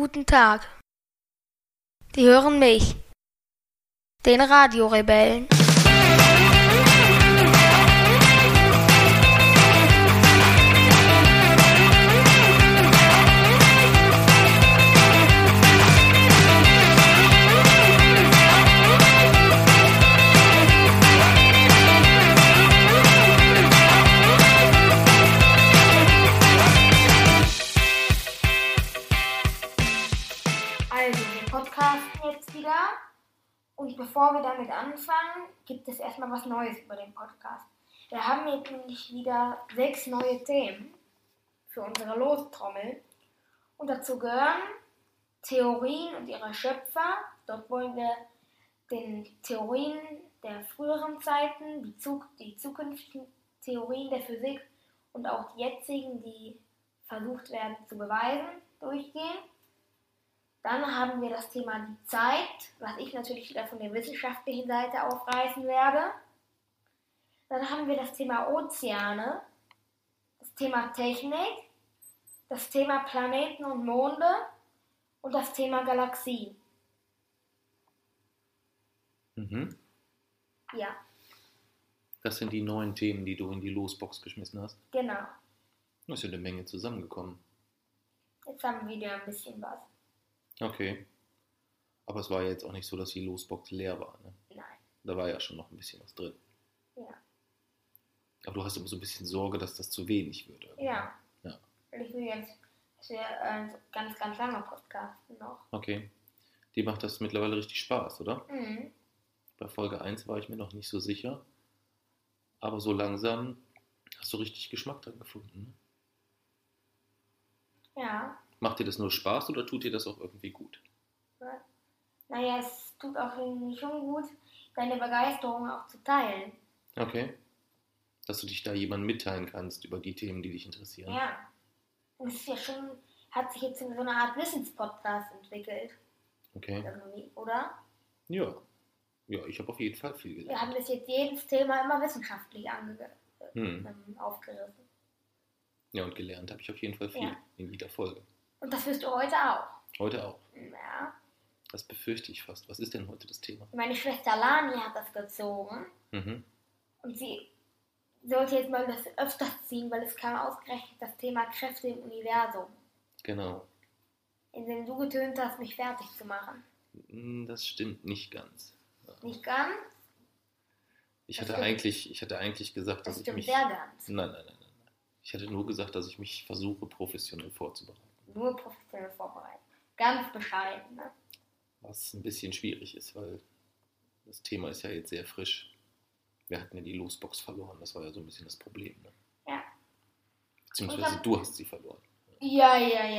guten Tag. Die hören mich, den Radiorebellen. Jetzt wieder. Und bevor wir damit anfangen, gibt es erstmal was Neues über den Podcast. Wir haben jetzt nämlich wieder 6 neue Themen für unsere Lostrommel. Und dazu gehören Theorien und ihre Schöpfer. Dort wollen wir den Theorien der früheren Zeiten, die zukünftigen Theorien der Physik und auch die jetzigen, die versucht werden zu beweisen, durchgehen. Dann haben wir das Thema die Zeit, was ich natürlich wieder von der wissenschaftlichen Seite aufreißen werde. Dann haben wir das Thema Ozeane, das Thema Technik, das Thema Planeten und Monde und das Thema Galaxien. Mhm. Ja. Das sind die 9 Themen, die du in die Losbox geschmissen hast. Genau. Da ist ja eine Menge zusammengekommen. Jetzt haben wir wieder ein bisschen was. Okay. Aber es war ja jetzt auch nicht so, dass die Losbox leer war, ne? Nein. Da war ja schon noch ein bisschen was drin. Ja. Aber du hast immer so ein bisschen Sorge, dass das zu wenig wird. Irgendwie. Ja. Ja. Ich will jetzt, dass wir ganz, ganz lange podcasten noch. Okay. Dir macht das mittlerweile richtig Spaß, oder? Mhm. Bei Folge 1 war ich mir noch nicht so sicher. Aber so langsam hast du richtig Geschmack dran gefunden, ne? Ja. Macht dir das nur Spaß oder tut dir das auch irgendwie gut? Naja, es tut auch irgendwie schon gut, deine Begeisterung auch zu teilen. Okay. Dass du dich da jemandem mitteilen kannst über die Themen, die dich interessieren. Ja. Und es ist ja schon, hat sich jetzt in so eine Art Wissenspodcast entwickelt. Okay. Irgendwie, oder? Ja. Ja, ich habe auf jeden Fall viel Wir gelernt. haben das jetzt jedes Thema immer wissenschaftlich aufgerissen. Ja, und gelernt habe ich auf jeden Fall viel in jeder Folge. Und das wirst du heute auch. Heute auch. Ja. Das befürchte ich fast. Was ist denn heute das Thema? Meine Schwester Lani hat das gezogen. Mhm. Und sie sollte jetzt mal das öfters ziehen, weil es kam ausgerechnet das Thema Kräfte im Universum. Genau. In dem du getönt hast, mich fertig zu machen. Das stimmt nicht ganz. Nicht ganz? Ich hatte eigentlich gesagt, dass Das ich stimmt mich... sehr ganz. Nein. Ich hatte nur gesagt, dass ich mich versuche, professionell vorzubereiten. Nur professionell vorbereitet. Ganz bescheiden, ne? Was ein bisschen schwierig ist, weil das Thema ist ja jetzt sehr frisch. Wir hatten ja die Losbox verloren, das war ja so ein bisschen das Problem, ne? Ja. Beziehungsweise du hast sie verloren. Ja.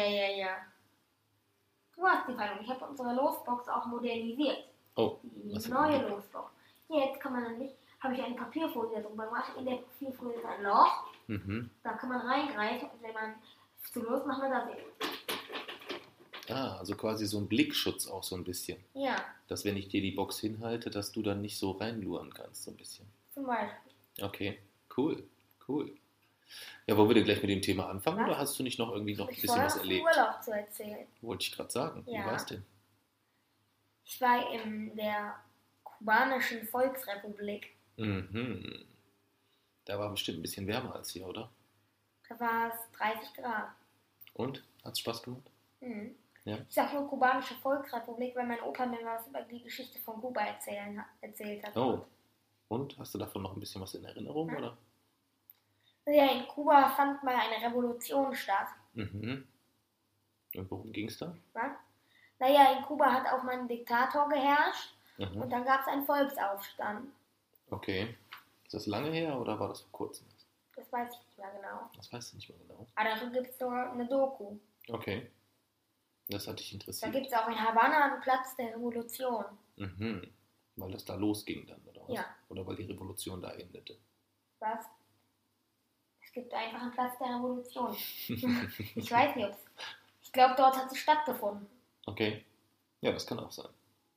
Du hast die verloren. Ich habe unsere Losbox auch modernisiert. Oh. Die neue Losbox. Jetzt kann man nämlich, habe ich eine Papierfolie drüber gemacht. In der Papierfolie ist ein Loch. Mhm. Da kann man reingreifen und wenn man zum Los macht man das eben. Ah, also quasi so ein Blickschutz auch so ein bisschen. Ja, Dass wenn ich dir die Box hinhalte, dass du dann nicht so reinluren kannst, so ein bisschen. zum Beispiel. Okay, cool. Ja, wollen wir denn gleich mit dem Thema anfangen Was? oder hast du nicht noch irgendwie noch ein Ich bisschen war was vom erlebt? Urlaub zu erzählen. Wollte ich gerade sagen. Ja. Wie war's denn? Ich war in der kubanischen Volksrepublik. Mhm. Da war bestimmt ein bisschen wärmer als hier, oder? Da war es 30 Grad. Und? Hat's Spaß gemacht? Mhm. Ja. Ich sag nur kubanische Volksrepublik, weil mein Opa mir was über die Geschichte von Kuba erzählt hat. Oh. Und? Hast du davon noch ein bisschen was in Erinnerung, Ja. oder? Ja, in Kuba fand mal eine Revolution statt. Mhm. Und worum ging's da? Was? Naja, in Kuba hat auch mal ein Diktator geherrscht Mhm. und dann gab es einen Volksaufstand. Okay. Ist das lange her oder war das vor kurzem? Das weiß ich nicht mehr genau. Das weißt du nicht mehr genau. Aber dazu gibt es nur eine Doku. Okay. Das hat dich Da interessiert. gibt es auch in Havanna einen Platz der Revolution. Mhm. Weil das da losging dann, oder was? Ja. Oder weil die Revolution da endete. Was? Es gibt einfach einen Platz der Revolution. Ich weiß nicht, ob es... Ich glaube, dort hat es stattgefunden. Okay. Ja, das kann auch sein.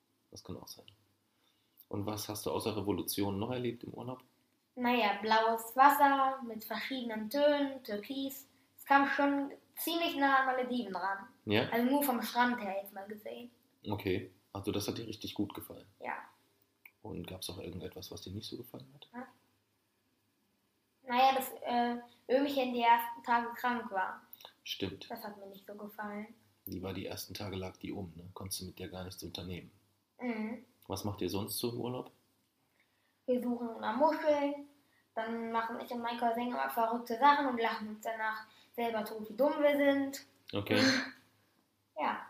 Und was hast du außer Revolution noch erlebt im Urlaub? Naja, blaues Wasser mit verschiedenen Tönen, Türkis. Es kam schon ziemlich nah an Malediven dran. Ja? Also nur vom Strand her jetzt mal gesehen. Okay. Also das hat dir richtig gut gefallen. Ja. Und gab es auch irgendetwas, was dir nicht so gefallen hat? Ja. Naja, dass Ömchen die ersten Tage krank war. Stimmt. Das hat mir nicht so gefallen. Die war die ersten Tage, lag die um, ne? Konntest du mit der gar nichts unternehmen. Mhm. Was macht ihr sonst so im Urlaub? Wir suchen nach Muscheln, dann machen ich und mein Cousin immer verrückte Sachen und lachen uns danach selber tot, wie dumm wir sind. Okay. Ja.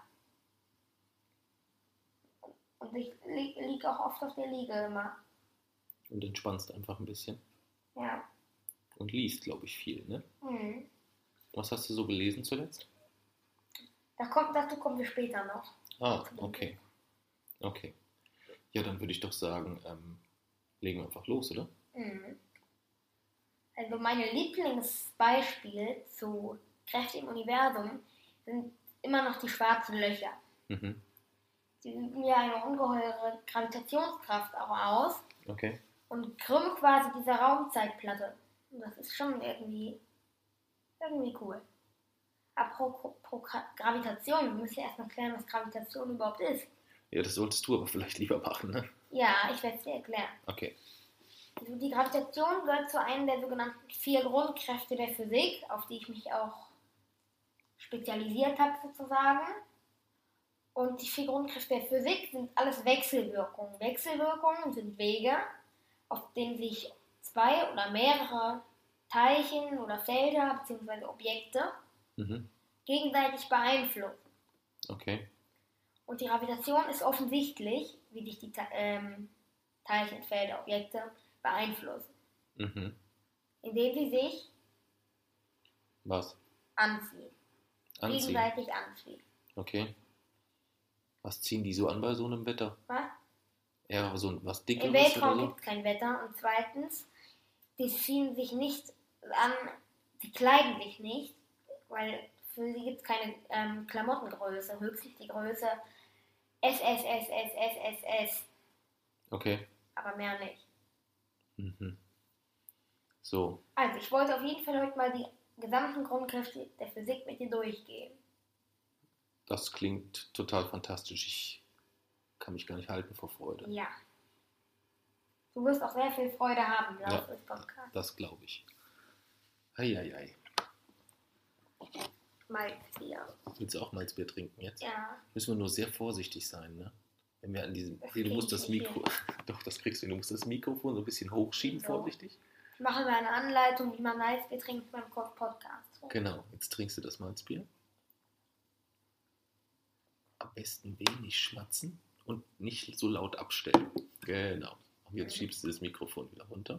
Und ich liege auch oft auf der Liege immer. Und entspannst einfach ein bisschen. Ja. Und liest, glaube ich, viel, ne? Mhm. Was hast du so gelesen zuletzt? Dazu kommen wir später noch. Ah, okay. Okay. Ja, dann würde ich doch sagen, legen wir einfach los, oder? Mhm. Also meine Lieblingsbeispiele zu Kräfte im Universum sind immer noch die schwarzen Löcher. Mhm. Sie üben ja eine ungeheure Gravitationskraft auch aus Okay. und krümmen quasi diese Raumzeitplatte. Und das ist schon irgendwie cool. Apropos Gravitation, wir müssen ja erstmal klären, was Gravitation überhaupt ist. Ja, das solltest du aber vielleicht lieber machen, ne? Ja, ich werde es dir erklären. Okay. Also die Gravitation gehört zu einem der sogenannten 4 Grundkräfte der Physik, auf die ich mich auch spezialisiert habe sozusagen. Und die 4 Grundkräfte der Physik sind alles Wechselwirkungen. Wechselwirkungen sind Wege, auf denen sich 2 oder mehrere Teilchen oder Felder bzw. Objekte gegenseitig beeinflussen. Okay. Und die Gravitation ist offensichtlich, wie sich die Teilchen, Felder, Objekte beeinflussen. Mhm. Indem sie sich Was? anziehen. Gegenseitig anziehen. Okay. Was ziehen die so an bei so einem Wetter? Was? Ja, so was Dickeres Im Weltraum oder so? gibt es kein Wetter. Und zweitens, die ziehen sich nicht an, sie kleiden sich nicht, weil für sie gibt es keine Klamottengröße, höchstens die Größe S. Okay. Aber mehr nicht. Mhm. So. Also, ich wollte auf jeden Fall heute mal die gesamten Grundkräfte der Physik mit dir durchgehen. Das klingt total fantastisch. Ich kann mich gar nicht halten vor Freude. Ja. Du wirst auch sehr viel Freude haben, glaube ich, im Podcast. Das glaube ich. Eieiei. Malzbier. Willst du auch Malzbier trinken jetzt? Ja. Müssen wir nur sehr vorsichtig sein, ne? Wenn wir an diesem... Das Du musst das krieg ich Mikro... Doch, das kriegst du. Du musst das Mikrofon so ein bisschen hochschieben, So. vorsichtig. Machen wir eine Anleitung, wie man Malzbier trinkt beim Podcast. Genau, jetzt trinkst du das Malzbier. Am besten wenig schmatzen und nicht so laut abstellen. Genau. Und jetzt schiebst du das Mikrofon wieder runter.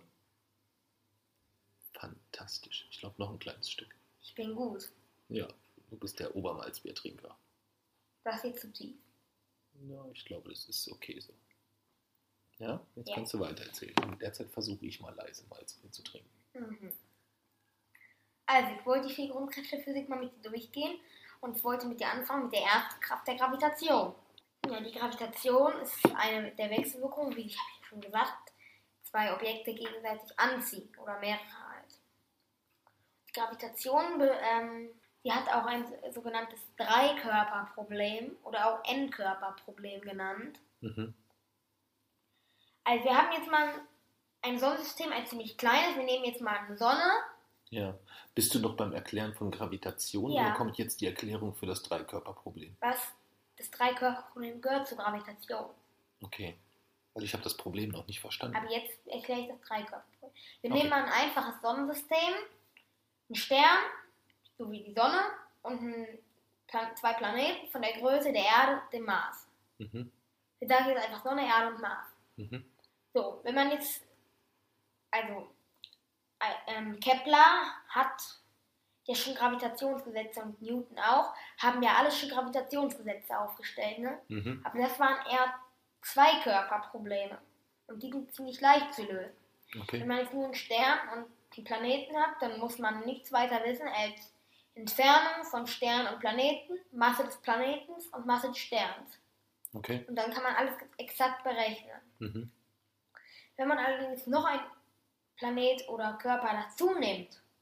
Fantastisch. Ich glaube, noch ein kleines Stück. Ich bin gut. Ja, du bist der Obermalzbiertrinker. Das ist zu tief. Ja, ich glaube, das ist okay so. Ja, jetzt Ja. kannst du weiter erzählen. In der Zeit versuche ich mal leise Malzbier zu trinken. Mhm. Also, ich wollte die 4 Grundkräfte der Physik mal mit dir durchgehen und ich wollte mit dir anfangen mit der ersten Kraft der Gravitation. Ja, die Gravitation ist eine der Wechselwirkungen, wie ich habe ja schon gesagt, 2 Objekte gegenseitig anziehen oder mehrere halt. Die Gravitation, die hat auch ein sogenanntes Dreikörperproblem oder auch N-Körperproblem genannt. Mhm. Also wir haben jetzt mal ein Sonnensystem, ein ziemlich kleines. Wir nehmen jetzt mal eine Sonne. Ja. Bist du noch beim Erklären von Gravitation Ja. oder kommt jetzt die Erklärung für das Dreikörperproblem? Das Dreikörperproblem gehört zur Gravitation. Okay. Weil ich habe das Problem noch nicht verstanden. Aber jetzt erkläre ich das Dreikörperproblem. Wir Okay. nehmen mal ein einfaches Sonnensystem, einen Stern, so wie die Sonne, und 2 Planeten von der Größe der Erde, dem Mars. Mhm. Wir sagen jetzt einfach Sonne, Erde und Mars. Mhm. So, wenn man jetzt, also Kepler hat ja schon Gravitationsgesetze und Newton auch, haben ja alle schon Gravitationsgesetze aufgestellt, ne? Mhm. Aber das waren eher Zweikörperprobleme und die sind ziemlich leicht zu lösen. Okay. Wenn man jetzt nur einen Stern und einen Planeten hat, dann muss man nichts weiter wissen als Entfernung von Stern und Planeten, Masse des Planeten und Masse des Sterns. Okay. Und dann kann man alles exakt berechnen. Mhm. Wenn man allerdings noch einen Planet oder Körper dazu nimmt,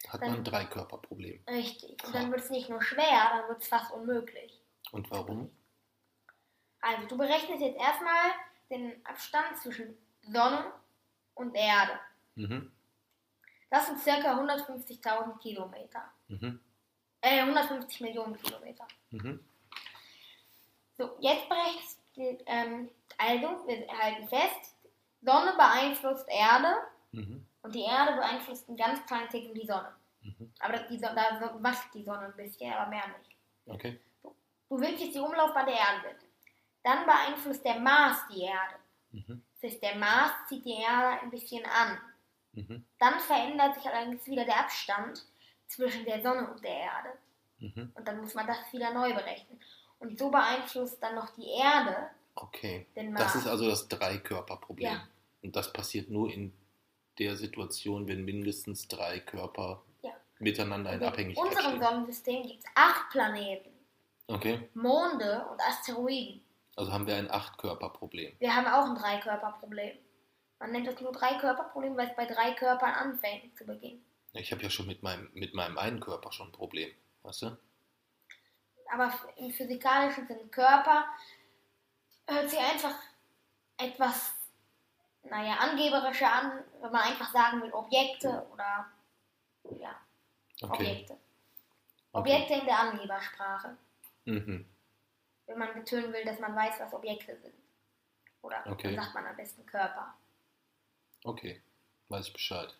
Hat Dann- man ein Dreikörperproblem. Richtig. Und dann wird es nicht nur schwer, dann wird es fast unmöglich. Und warum? Also du berechnest jetzt erstmal den Abstand zwischen Sonne und Erde. Mhm. Das sind ca. 150.000 Kilometer. Mhm. 150 Millionen Kilometer. Mhm. So, jetzt berechnest du, also wir halten fest, Sonne beeinflusst Erde Mhm. und die Erde beeinflusst einen ganz kleinen Ticken die Sonne. Mhm. Aber da wacht die Sonne ein bisschen, aber mehr nicht. Okay. Du willst jetzt die Umlaufbahn der Erde wissen. Dann beeinflusst der Mars die Erde. Mhm. Das heißt, der Mars zieht die Erde ein bisschen an. Mhm. Dann verändert sich allerdings wieder der Abstand zwischen der Sonne und der Erde. Mhm. Und dann muss man das wieder neu berechnen. Und so beeinflusst dann noch die Erde Okay. den Mars. Das ist also das Dreikörperproblem. Ja. Und das passiert nur in der Situation, wenn mindestens 3 Körper Ja. miteinander in In Abhängigkeit unserem stehen. Sonnensystem gibt es 8 Planeten, Okay. Monde und Asteroiden. Also haben wir ein 8-Körperproblem. Wir haben auch ein Dreikörperproblem. Man nennt das nur Dreikörperproblem, weil es bei 3 Körpern anfängt zu Beginn. Ich habe ja schon mit meinem einen Körper schon ein Problem. Weißt du? Aber im physikalischen Sinne Körper hört sich einfach etwas, angeberischer an, wenn man einfach sagen will Objekte oder ja, Okay. Objekte. Okay. Objekte in der Angebersprache. Mhm. Wenn man betonen will, dass man weiß, was Objekte sind. Oder Okay. dann sagt man am besten Körper. Okay. Weiß ich Bescheid.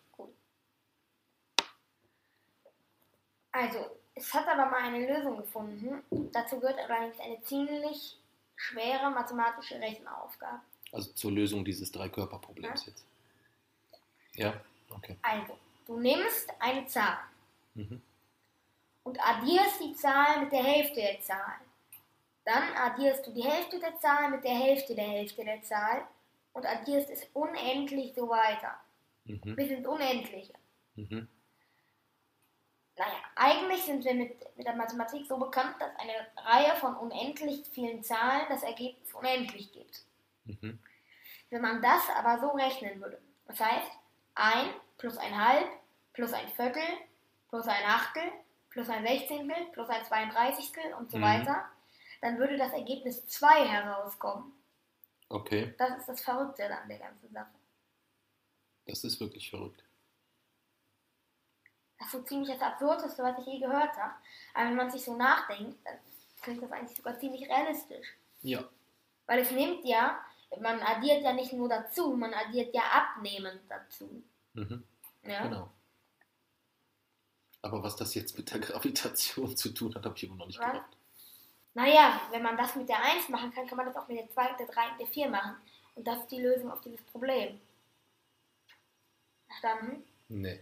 Also, es hat aber mal eine Lösung gefunden. Dazu gehört allerdings eine ziemlich schwere mathematische Rechenaufgabe. Also zur Lösung dieses Dreikörperproblems jetzt. Ja? Okay. Also, du nimmst eine Zahl Mhm. und addierst die Zahl mit der Hälfte der Zahl. Dann addierst du die Hälfte der Zahl mit der Hälfte der Zahl und addierst es unendlich so weiter. Mhm. Bis ins Unendliche. Mhm. Naja, eigentlich sind wir mit der Mathematik so bekannt, dass eine Reihe von unendlich vielen Zahlen das Ergebnis unendlich gibt. Mhm. Wenn man das aber so rechnen würde, das heißt 1 plus ein Halb plus ein Viertel plus ein Achtel plus ein Sechzehntel plus ein 32. und so Mhm. weiter, dann würde das Ergebnis 2 herauskommen. Okay. Das ist das Verrückte an der ganzen Sache. Das ist wirklich verrückt. Das ist so ziemlich das Absurdeste, was ich je gehört habe. Aber wenn man sich so nachdenkt, dann klingt das eigentlich sogar ziemlich realistisch. Ja. Weil es nimmt ja, man addiert ja nicht nur dazu, man addiert ja abnehmend dazu. Mhm. Ja? Genau. Aber was das jetzt mit der Gravitation zu tun hat, habe ich immer noch nicht Was? gerafft. Naja, wenn man das mit der 1 machen kann, kann man das auch mit der 2, der 3 und der 4 machen. Und das ist die Lösung auf dieses Problem. Verstanden? Nee.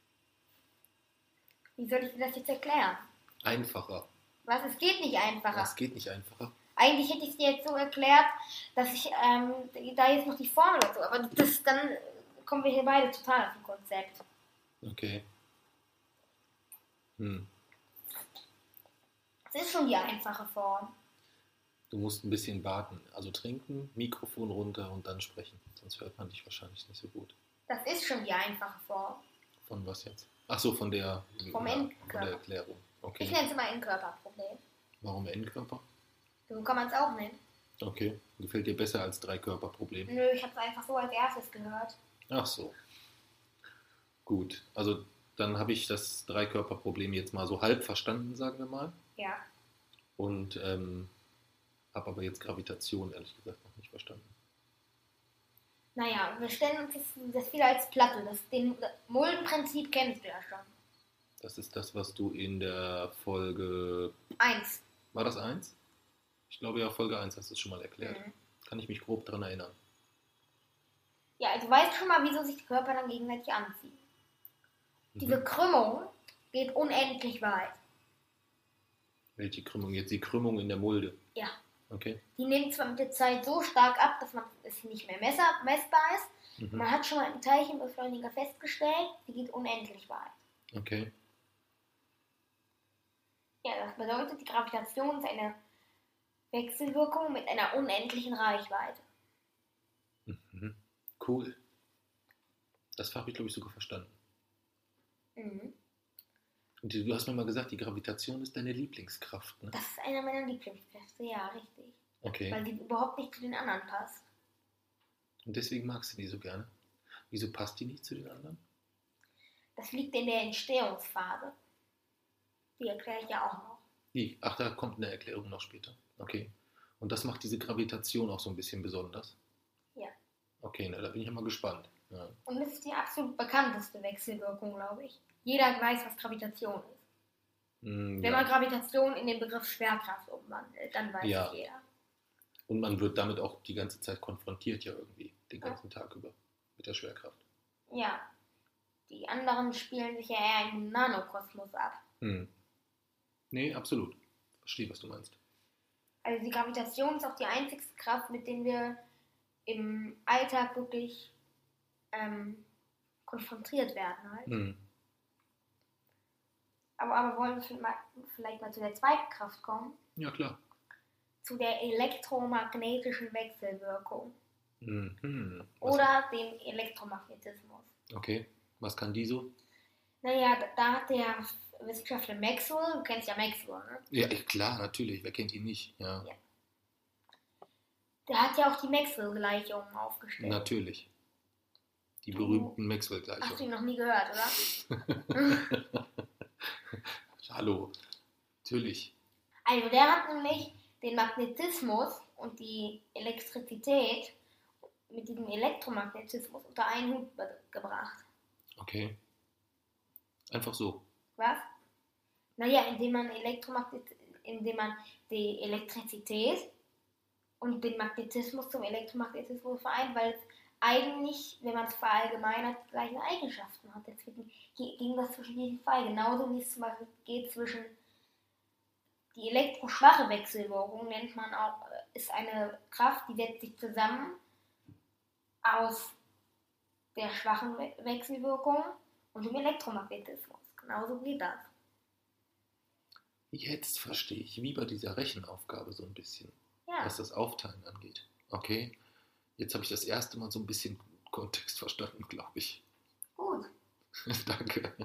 Wie soll ich dir das jetzt erklären? Einfacher. Was? Es geht nicht einfacher. Das geht nicht einfacher. Eigentlich hätte ich es dir jetzt so erklärt, dass ich da jetzt noch die Formel dazu, aber dann kommen wir hier beide total auf ein Konzept. Okay. Es ist schon die einfache Form. Du musst ein bisschen warten. Also trinken, Mikrofon runter und dann sprechen. Sonst hört man dich wahrscheinlich nicht so gut. Das ist schon die einfache Form. Von was jetzt? Ach so, von der Vom Endkörper. von der Erklärung. Ich Okay. nenne es immer Endkörperproblem. Warum Endkörper? So kann man es auch nennen. Okay. Gefällt dir besser als Dreikörperproblem? Nö, ich habe es einfach so als erstes gehört. Ach so. Gut. Also dann habe ich das Dreikörperproblem jetzt mal so halb verstanden, sagen wir mal. Ja. Und habe aber jetzt Gravitation ehrlich gesagt noch nicht verstanden. Naja, wir stellen uns das wieder als Platte. Das Muldenprinzip kennst du ja schon. Das ist das, was du in der Folge... 1. War das 1? Ich glaube ja, Folge 1 hast du es schon mal erklärt. Mhm. Kann ich mich grob daran erinnern. Ja, also weißt du schon mal, wieso sich die Körper dann gegenseitig anziehen. Diese Krümmung geht unendlich weit. Welche Krümmung? Jetzt die Krümmung in der Mulde. Ja. Okay. Die nimmt zwar mit der Zeit so stark ab, dass es nicht mehr messbar ist. Mhm. Man hat schon mal im Teilchenbeschleuniger festgestellt, die geht unendlich weit. Okay. Ja, das bedeutet, die Gravitation ist eine Wechselwirkung mit einer unendlichen Reichweite. Mhm. Cool. Das habe ich, glaube ich, sogar verstanden. Mhm. Und du hast mir mal gesagt, die Gravitation ist deine Lieblingskraft, ne? Das ist einer meiner Lieblingskräfte, ja, richtig. Okay. Weil die überhaupt nicht zu den anderen passt. Und deswegen magst du die so gerne. Wieso passt die nicht zu den anderen? Das liegt in der Entstehungsphase. Die erkläre ich ja auch noch. Ach, da kommt eine Erklärung noch später. Okay. Und das macht diese Gravitation auch so ein bisschen besonders? Ja. Okay, na, da bin ich ja mal gespannt. Ja. Und das ist die absolut bekannteste Wechselwirkung, glaube ich. Jeder weiß, was Gravitation ist. Wenn man Gravitation in den Begriff Schwerkraft umwandelt, dann weiß es jeder. Und man wird damit auch die ganze Zeit konfrontiert, ja irgendwie, den ganzen Tag über, mit der Schwerkraft. Ja. Die anderen spielen sich ja eher im Nanokosmos ab. Nee, absolut. Verstehe, was du meinst. Also die Gravitation ist auch die einzigste Kraft, mit der wir im Alltag wirklich konfrontiert werden halt. Aber wollen wir vielleicht mal zu der zweiten Kraft kommen? Ja, klar. Zu der elektromagnetischen Wechselwirkung. Oder dem Elektromagnetismus. Okay, was kann die so? Naja, da hat der Wissenschaftler Maxwell, du kennst ja Maxwell, ne? Ja, klar, natürlich, wer kennt ihn nicht? Ja. Der hat ja auch die Maxwell-Gleichungen aufgestellt. Natürlich. Die berühmten Maxwell-Gleichungen. Hast du ihn noch nie gehört, oder? Hallo, natürlich. Also der hat nämlich den Magnetismus und die Elektrizität mit diesem Elektromagnetismus unter einen Hut gebracht. Okay. Einfach so. Was? Naja, indem man die Elektrizität und den Magnetismus zum Elektromagnetismus vereint, weil es eigentlich, wenn man es verallgemeinert, die gleichen Eigenschaften hat. Deswegen ging das zwischen diesen Fall. Genauso wie es zum Beispiel geht zwischen die elektroschwache Wechselwirkung, nennt man auch, ist eine Kraft, die setzt sich zusammen aus der schwachen Wechselwirkung und dem Elektromagnetismus. Genauso geht das. Jetzt verstehe ich, wie bei dieser Rechenaufgabe so ein bisschen, was das Aufteilen angeht. Okay, jetzt habe ich das erste Mal so ein bisschen Kontext verstanden, glaube ich. Gut. Danke.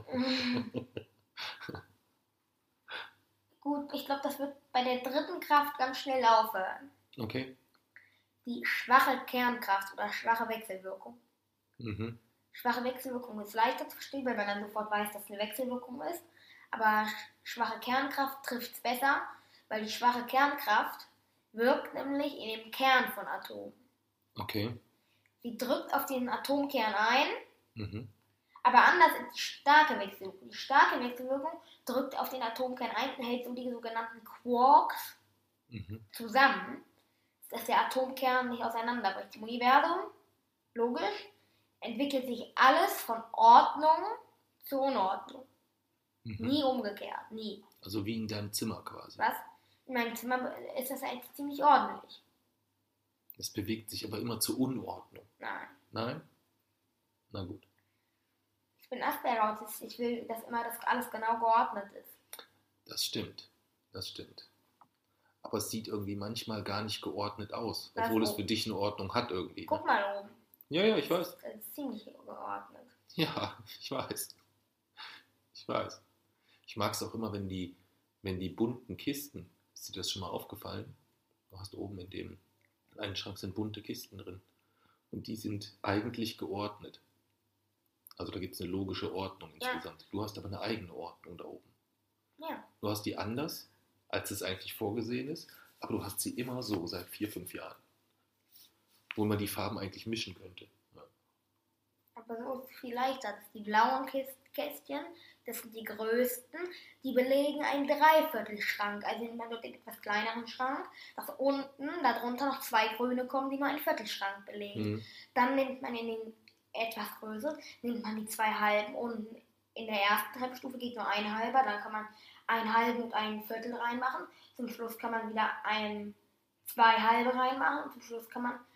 Gut, ich glaube, das wird bei der dritten Kraft ganz schnell aufhören. Okay. Die schwache Kernkraft oder schwache Wechselwirkung. Schwache Wechselwirkung ist leichter zu verstehen, weil man dann sofort weiß, dass es eine Wechselwirkung ist. Aber schwache Kernkraft trifft es besser, weil die schwache Kernkraft wirkt nämlich in dem Kern von Atomen. Okay. Sie drückt auf den Atomkern ein, aber anders ist die starke Wechselwirkung. Die starke Wechselwirkung drückt auf den Atomkern ein und hält so die sogenannten Quarks zusammen, dass der Atomkern nicht auseinanderbricht. Im Universum, logisch, entwickelt sich alles von Ordnung zu Unordnung. Nie umgekehrt, nie. Also wie in deinem Zimmer quasi. Was? In meinem Zimmer ist das eigentlich ziemlich ordentlich. Es bewegt sich aber immer zur Unordnung. Nein. Nein? Na gut. Ich bin Asperger-Autist. Ich will, dass immer das alles genau geordnet ist. Das stimmt. Das stimmt. Aber es sieht irgendwie manchmal gar nicht geordnet aus. Obwohl es für dich eine Ordnung hat irgendwie. Guck mal oben. Ja, ich weiß. Das ist ziemlich geordnet. Ja, ich weiß. Ich weiß. Ich mag es auch immer, wenn die bunten Kisten, ist dir das schon mal aufgefallen? Du hast oben in dem kleinen Schrank sind bunte Kisten drin. Und die sind eigentlich geordnet. Also da gibt es eine logische Ordnung insgesamt. Du hast aber eine eigene Ordnung da oben. Ja. Du hast die anders, als es eigentlich vorgesehen ist, aber du hast sie immer so seit 4-5 Jahren. Wo man die Farben eigentlich mischen könnte. Ja. Aber so ist es viel leichter. Das sind die blauen Kästchen, das sind die größten, die belegen einen Dreiviertelschrank. Also nimmt man dort den etwas kleineren Schrank, dass unten, darunter noch 2 grüne kommen, die nur einen Viertelschrank belegen. Dann nimmt man in den etwas größeren, nimmt man die 2 halben unten. In der ersten Halbstufe geht nur ein halber, dann kann man einen halben und einen Viertel reinmachen. Zum Schluss kann man wieder 2 halbe reinmachen und zum Schluss kann man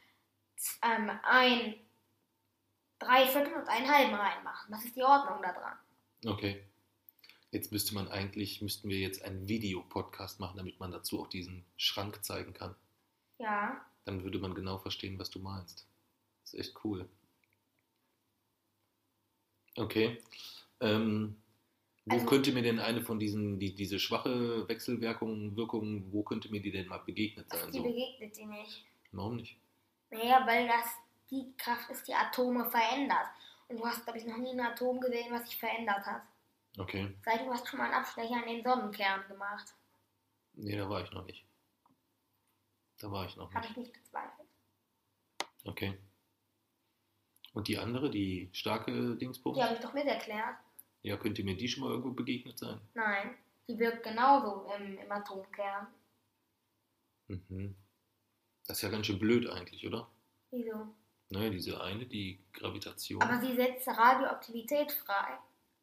ein Dreiviertel und einen halben reinmachen. Das ist die Ordnung da dran. Okay. Jetzt müssten wir jetzt einen Videopodcast machen, damit man dazu auch diesen Schrank zeigen kann. Ja. Dann würde man genau verstehen, was du meinst. Das ist echt cool. Okay. Wo Also, könnte mir denn eine von diese schwache Wirkung, wo könnte mir die denn mal begegnet sein? die So, begegnet dir nicht. warum nicht? Naja, weil das die Kraft ist, die Atome verändert. Und du hast, glaube ich, noch nie ein Atom gesehen, was sich verändert hat. Okay. Sei du hast schon mal einen Abstecher in den Sonnenkern gemacht. Nee, da war ich noch nicht. Da war ich noch Habe nicht. ich nicht bezweifelt. Okay. Und die andere, die starke Dingsbums? Die habe ich doch mit erklärt. Ja, könnte mir die schon mal irgendwo begegnet sein? Nein, die wirkt genauso im Atomkern. Mhm. Das ist ja ganz schön blöd eigentlich, oder? Wieso? Naja, diese eine, die Gravitation. Aber sie setzt Radioaktivität frei.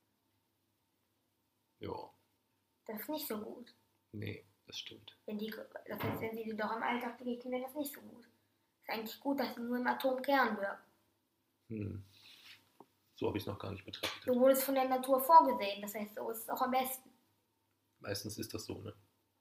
Ja, Das ist nicht so gut. nee, das stimmt. Das heißt, wenn sie dir doch im Alltag begegnen, wäre das nicht so gut. Ist eigentlich gut, dass sie nur im Atomkern wirkt. Hm. So habe ich es noch gar nicht betrachtet. So wurde es von der Natur vorgesehen. Das heißt, so ist es auch am besten. Meistens ist das so, ne?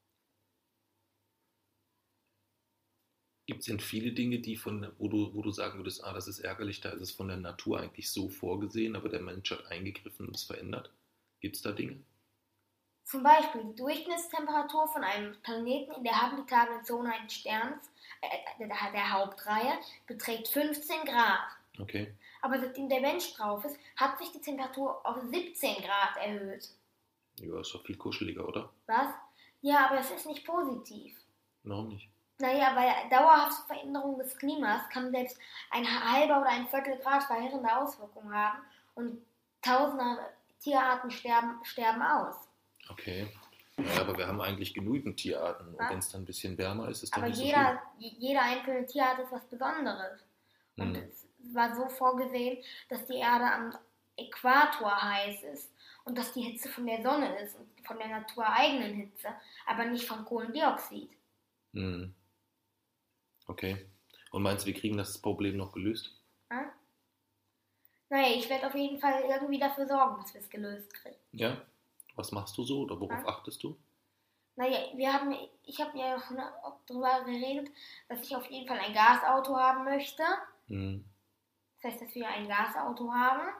Gibt es denn viele Dinge, wo du sagen würdest, das ist ärgerlich, da ist es von der Natur eigentlich so vorgesehen, aber der Mensch hat eingegriffen und es verändert? Gibt es da Dinge? Zum Beispiel die Durchschnittstemperatur von einem Planeten in der habitablen Zone eines Sterns, der Hauptreihe, beträgt 15 Grad. Okay. Aber seitdem der Mensch drauf ist, hat sich die Temperatur auf 17 Grad erhöht. Ja, ist doch viel kuscheliger, oder? Was? Ja, aber es ist nicht positiv. Warum nicht? Naja, weil dauerhafte Veränderung des Klimas kann selbst ein halber oder ein Viertel Grad verheerende Auswirkungen haben und tausende Tierarten sterben aus. Okay. Ja, aber wir haben eigentlich genügend Tierarten. Und Was? wenn es dann ein bisschen wärmer ist, ist doch Aber nicht so jeder einzelne Tierart ist was Besonderes. Und Hm. es war so vorgesehen, dass die Erde am Äquator heiß ist und dass die Hitze von der Sonne ist und von der natureigenen Hitze, aber nicht von Kohlendioxid. Hm. Okay. Und meinst du, wir kriegen das Problem noch gelöst? Ja? Naja, ich werde auf jeden Fall irgendwie dafür sorgen, dass wir es gelöst kriegen. Ja? Was machst du so oder worauf Ja? achtest du? Naja, ich habe ja auch darüber geredet, dass ich auf jeden Fall ein Gasauto haben möchte. Hm. Das heißt, dass wir ein Gasauto haben.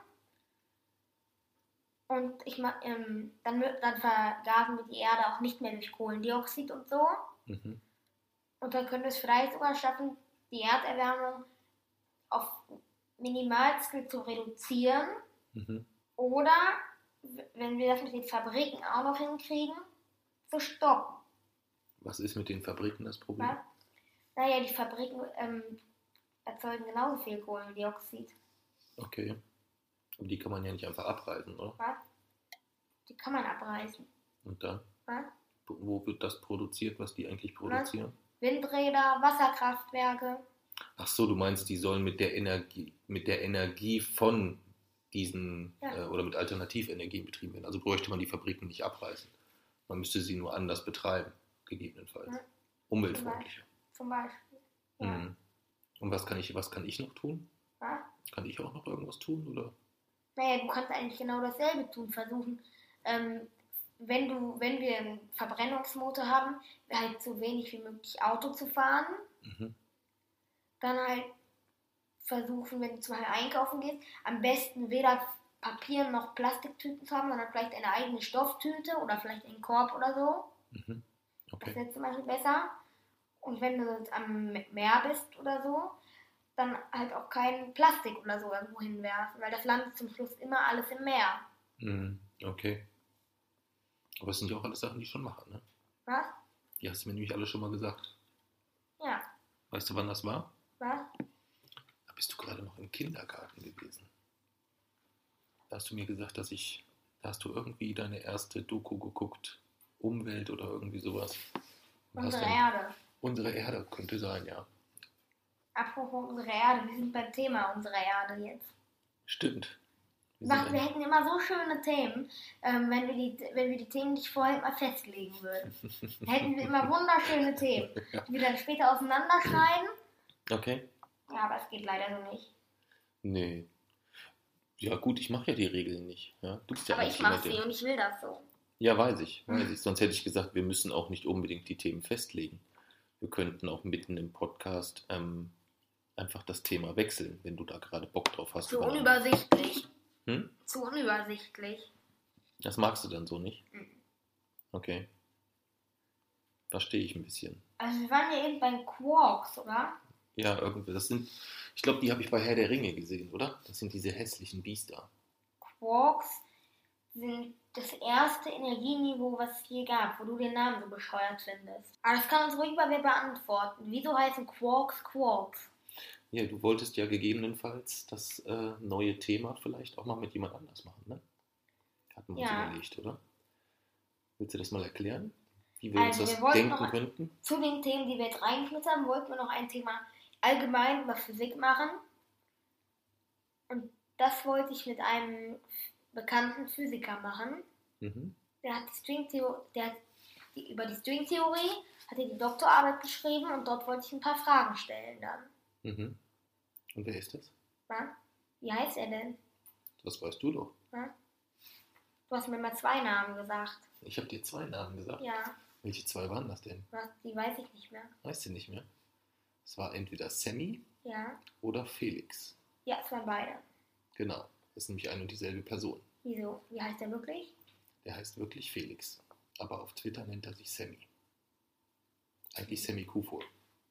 Und dann vergasen wir die Erde auch nicht mehr durch Kohlendioxid und so. Mhm. Und dann können wir es vielleicht sogar schaffen, die Erderwärmung auf Minimalstel zu reduzieren. Mhm. Oder, wenn wir das mit den Fabriken auch noch hinkriegen, zu stoppen. Was ist mit den Fabriken das Problem? Ja? Naja, die Fabriken erzeugen genauso viel Kohlendioxid. Okay. Aber die kann man ja nicht einfach abreißen, oder? Ja? Die kann man abreißen. Und dann? Ja? Wo wird das produziert, was die eigentlich produzieren? Windräder, Wasserkraftwerke. Ach so, du meinst, die sollen mit der Energie von diesen oder mit Alternativenergien betrieben werden. Also bräuchte man die Fabriken nicht abreißen. Man müsste sie nur anders betreiben, gegebenenfalls. Ja. Umweltfreundlicher. Zum Beispiel. Ja. Mhm. Und was kann ich noch tun? Ja? Kann ich auch noch irgendwas tun? Oder? Naja, du kannst eigentlich genau dasselbe tun. Versuchen, wenn wir einen Verbrennungsmotor haben, halt so wenig wie möglich Auto zu fahren. Mhm. Dann halt versuchen, wenn du zum Beispiel einkaufen gehst, am besten weder Papier noch Plastiktüten zu haben, sondern vielleicht eine eigene Stofftüte oder vielleicht einen Korb oder so. Mhm. Das Okay. wäre zum Beispiel besser. Und wenn du jetzt am Meer bist oder so, dann halt auch kein Plastik oder so irgendwo hinwerfen, weil das landet zum Schluss immer alles im Meer. Mhm. Okay. Aber es sind ja auch alles Sachen, die ich schon mache, ne? Was? Die hast du mir nämlich alle schon mal gesagt. Ja. Weißt du, wann das war? Was? Da bist du gerade noch im Kindergarten gewesen. Da hast du mir gesagt, da hast du irgendwie deine erste Doku geguckt. Umwelt oder irgendwie sowas. Unsere Erde. Unsere Erde könnte sein, ja. Apropos unsere Erde, wir sind beim Thema unsere Erde jetzt. Stimmt. Wir hätten immer so schöne Themen, wenn wir die Themen nicht vorher mal festlegen würden. Dann hätten wir immer wunderschöne Themen, die wir dann später auseinanderschneiden. Okay. Ja, aber es geht leider so nicht. Nee. Ja gut, ich mache ja die Regeln nicht. Ja? Du bist ja Aber eigentlich ich mache jemand, sie und ich will das so. Ja, weiß ich. Sonst hätte ich gesagt, wir müssen auch nicht unbedingt die Themen festlegen. Wir könnten auch mitten im Podcast einfach das Thema wechseln, wenn du da gerade Bock drauf hast. Zu unübersichtlich. Hm? Zu unübersichtlich. Das magst du dann so nicht? Mhm. Okay. Verstehe ich ein bisschen. Also wir waren ja eben bei Quarks, oder? Ja, irgendwie. Ich glaube, die habe ich bei Herr der Ringe gesehen, oder? Das sind diese hässlichen Biester. Quarks sind das erste Energieniveau, was es je gab, wo du den Namen so bescheuert findest. Aber das kann uns ruhig mal wer beantworten. Wieso heißen Quarks Quarks? Ja, du wolltest ja gegebenenfalls das neue Thema vielleicht auch mal mit jemand anders machen, ne? Hatten wir uns Ja. überlegt, oder? Willst du das mal erklären? Wie wir uns Also das wir wollten denken noch könnten? zu den Themen, die wir jetzt reingeschmissen haben, wollten wir noch ein Thema allgemein über Physik machen. Und das wollte ich mit einem bekannten Physiker machen. Mhm. Der hat über die Stringtheorie hat er die Doktorarbeit geschrieben und dort wollte ich ein paar Fragen stellen dann. Mhm. Und wer ist das? Na? Wie heißt er denn? Das weißt du doch. Na? Du hast mir mal 2 Namen gesagt. Ich habe dir 2 Namen gesagt. Ja, Welche 2 waren das denn? die weiß ich nicht mehr. Weißt du nicht mehr? Es war entweder Sammy Ja, oder Felix. ja, es waren beide. Genau. Das ist nämlich eine und dieselbe Person. Wieso? Wie heißt der wirklich? Der heißt wirklich Felix. Aber auf Twitter nennt er sich Sammy. Eigentlich Sammy Kufur.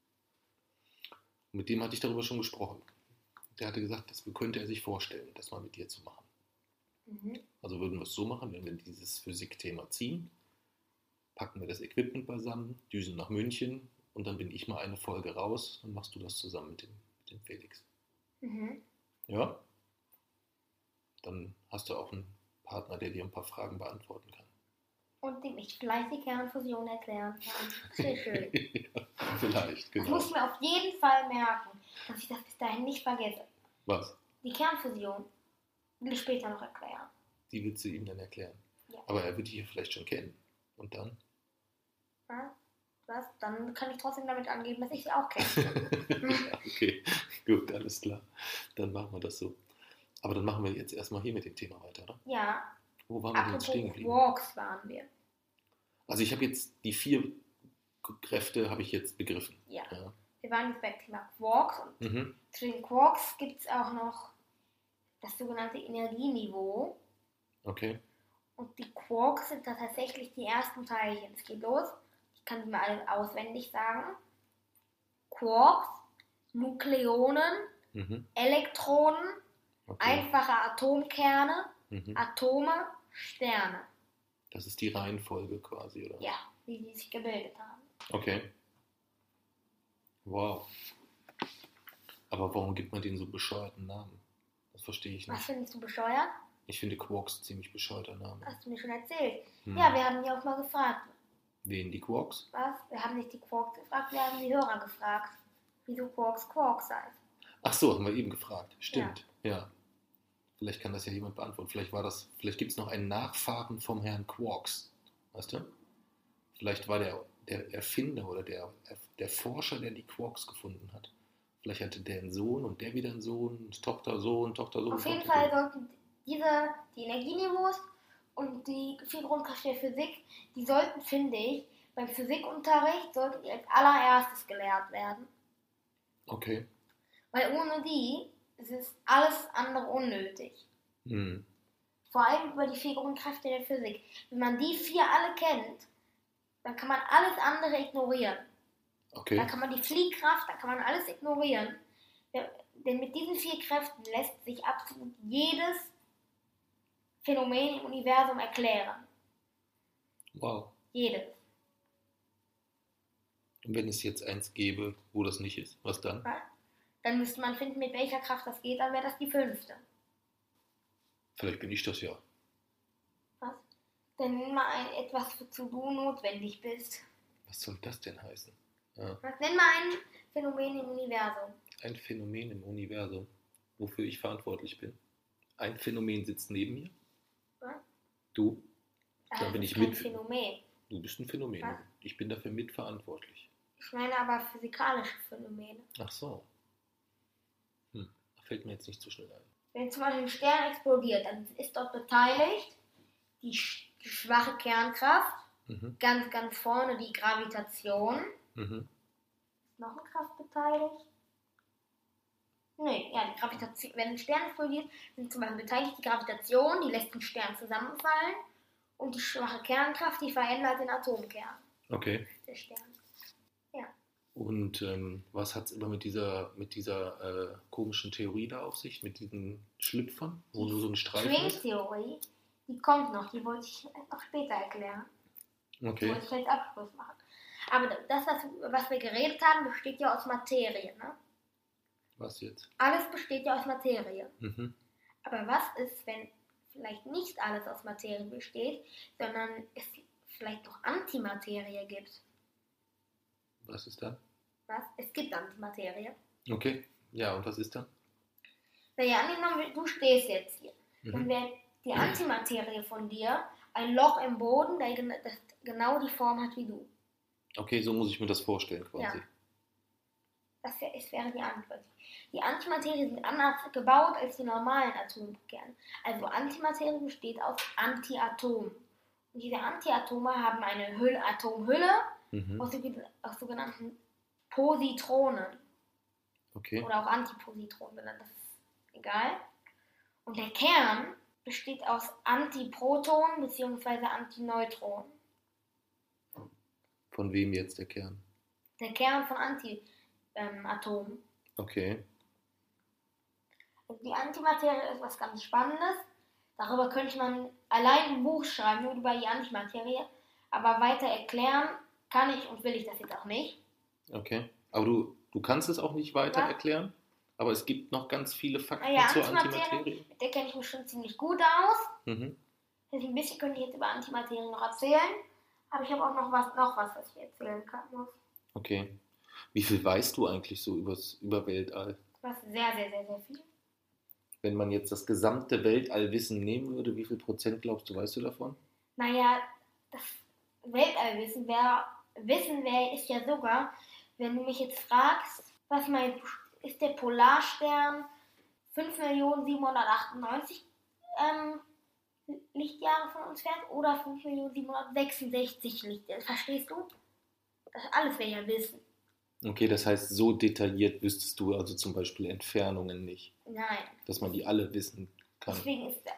Mit dem hatte ich darüber schon gesprochen. Der hatte gesagt, das könnte er sich vorstellen, das mal mit dir zu machen. Mhm. Also würden wir es so machen, wenn wir dieses Physikthema ziehen, packen wir das Equipment beisammen, düsen nach München und dann bin ich mal eine Folge raus, dann machst du das zusammen mit dem Felix. Mhm. Ja? Dann hast du auch einen Partner, der dir ein paar Fragen beantworten kann. Und dem ich vielleicht die Kernfusion erklären kann. Sehr schön. Ja, vielleicht, Das genau. muss ich mir auf jeden Fall merken, dass ich das bis dahin nicht vergesse. Was? Die Kernfusion will ich später noch erklären. Die willst du ihm dann erklären. Ja. Aber er wird dich ja vielleicht schon kennen. Und dann? Ja? Was? Dann kann ich trotzdem damit angeben, dass ich sie auch kenne. Okay, gut, alles klar. Dann machen wir das so. Aber dann machen wir jetzt erstmal hier mit dem Thema weiter, oder? Ja, Wo waren wir denn jetzt apropos stehen geblieben? Quarks waren wir. Also ich habe jetzt die 4 Kräfte habe ich jetzt begriffen. Ja. Ja. Wir waren jetzt beim Thema Quarks und Mhm. zu den Quarks gibt es auch noch das sogenannte Energieniveau. Okay. Und die Quarks sind da tatsächlich die ersten Teilchen. Es geht los. Ich kann die mal alle auswendig sagen. Quarks, Nukleonen, Mhm. Elektronen, Okay. einfache Atomkerne, Mhm. Atome, Sterne. Das ist die Reihenfolge quasi, oder? Ja, wie die sich gebildet haben. Okay. Wow. Aber warum gibt man denen so bescheuerten Namen? Das verstehe ich Was nicht. findest du bescheuert? Ich finde Quarks ziemlich bescheuerter Name. Hast du mir schon erzählt. Hm. Ja, wir haben die auch mal gefragt. Wen, die Quarks? Was? Wir haben nicht die Quarks gefragt, wir haben die Hörer gefragt, wieso Quarks Quarks heißt. Ach so, haben wir eben gefragt. Stimmt. Ja. Vielleicht kann das ja jemand beantworten. Vielleicht gibt es noch einen Nachfahren vom Herrn Quarks. Weißt du? Vielleicht war der Erfinder oder der Forscher, der die Quarks gefunden hat. Vielleicht hatte der einen Sohn und der wieder einen Sohn, Tochter, Sohn, Tochter, Sohn. Auf jeden Tochter, Fall Sohn. sollten die Energieniveaus und die 4 Grundkräfte der Physik, die sollten, finde ich, beim Physikunterricht sollten die als allererstes gelehrt werden. Okay. Weil ohne die ist alles andere unnötig. Hm. Vor allem über die 4 Grundkräfte der Physik. Wenn man die 4 alle kennt, dann kann man alles andere ignorieren. Okay. Da kann man die Fliehkraft, da kann man alles ignorieren. Denn mit diesen 4 Kräften lässt sich absolut jedes Phänomen im Universum erklären. Wow. Jedes. Und wenn es jetzt eins gäbe, wo das nicht ist, was dann? Dann müsste man finden, mit welcher Kraft das geht, dann wäre das die 5. Vielleicht bin ich das ja. Was? Dann nenn mal etwas, wozu du notwendig bist. Was soll das denn heißen? Ja. Was? Nenn mal ein Phänomen im Universum. Ein Phänomen im Universum, wofür ich verantwortlich bin. Ein Phänomen sitzt neben mir. Was? Du. Das Da bin ist ich kein mit. Phänomen. Du bist ein Phänomen. Was? Ich bin dafür mitverantwortlich. Ich meine aber physikalische Phänomene. Ach so. Da fällt mir jetzt nicht so schnell ein. Wenn zum Beispiel ein Stern explodiert, dann ist dort beteiligt die schwache Kernkraft, Mhm. ganz, ganz vorne die Gravitation. Mhm. Ist noch eine Kraft beteiligt? Nee, ja, die Gravitation. Wenn ein Stern explodiert, sind zum Beispiel beteiligt die Gravitation, die lässt den Stern zusammenfallen. Und die schwache Kernkraft, die verändert den Atomkern Okay. des Sterns. Und was hat es immer mit dieser komischen Theorie da auf sich, mit diesen Schlüpfern, wo nur so ein Streifen ist? Stringtheorie, die kommt noch, die wollte ich noch später erklären. Die Okay. wollte ich als Abschluss machen. Aber das, was wir geredet haben, besteht ja aus Materie. Ne? Was jetzt? Alles besteht ja aus Materie. Mhm. Aber was ist, wenn vielleicht nicht alles aus Materie besteht, sondern es vielleicht noch Antimaterie gibt? Was ist dann? Was? Es gibt Antimaterie. Okay. Ja, und was ist dann? Naja, angenommen, du stehst jetzt hier. Dann Mhm. wäre die Antimaterie von dir ein Loch im Boden, das genau die Form hat wie du. Okay, so muss ich mir das vorstellen quasi. Ja. Es wäre die Antwort. Die Antimaterie sind anders gebaut als die normalen Atomkerne. Also Antimaterie besteht aus Antiatomen. Und diese Antiatome haben eine Atomhülle Mhm. aus sogenannten Positronen. Okay. Oder auch Antipositronen genannt, das ist egal. Und der Kern besteht aus Antiprotonen bzw. Antineutronen. Von wem jetzt der Kern? Der Kern von Antiatomen. Okay. Also die Antimaterie ist was ganz Spannendes. Darüber könnte man allein ein Buch schreiben, nur über die Antimaterie. Aber weiter erklären kann ich und will ich das jetzt auch nicht. Okay. Aber du kannst es auch nicht weiter Ja. erklären? Aber es gibt noch ganz viele Fakten Naja, zur Antimaterie, Antimaterie. mit der kenne ich mich schon ziemlich gut aus. Mhm. Ein bisschen könnte ich jetzt über Antimaterie noch erzählen. Aber ich habe auch noch was ich erzählen muss. Okay. Wie viel weißt du eigentlich so über Weltall? Was sehr, sehr, sehr, sehr viel. Wenn man jetzt das gesamte Weltallwissen nehmen würde, wie viel Prozent glaubst du, weißt du davon? Naja, das Weltallwissen ist ja sogar, wenn du mich jetzt fragst, was meinst du, ist der Polarstern 5.798 Lichtjahre von uns fern oder 5.766 Lichtjahre? Verstehst du? Das alles wäre ja Wissen. Okay, das heißt, so detailliert wüsstest du also zum Beispiel Entfernungen nicht, Nein. dass man die alle wissen kann. Deswegen ist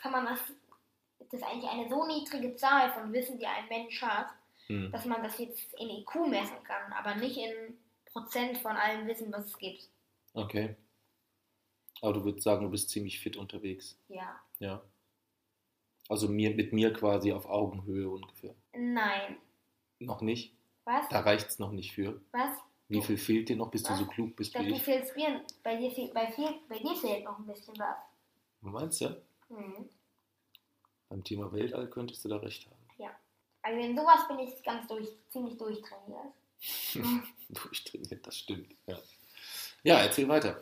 das eigentlich eine so niedrige Zahl von Wissen, die ein Mensch hat, dass man das jetzt in IQ messen kann, aber nicht in Prozent von allem Wissen, was es gibt. Okay. Aber du würdest sagen, du bist ziemlich fit unterwegs. Ja. Ja. Also mit mir quasi auf Augenhöhe ungefähr. Nein. Noch nicht? Was? Da reicht es noch nicht für. Was? Wie viel fehlt dir noch, bis du Was? so klug bist Ich wie glaube, ich? bei dir fehlt noch ein bisschen was. Meinst du? Mhm. Beim Thema Weltall könntest du da recht haben. Ja. Also in sowas bin ich ziemlich durchtrainiert. Durchtrainiert, das stimmt. Ja. Ja, erzähl weiter.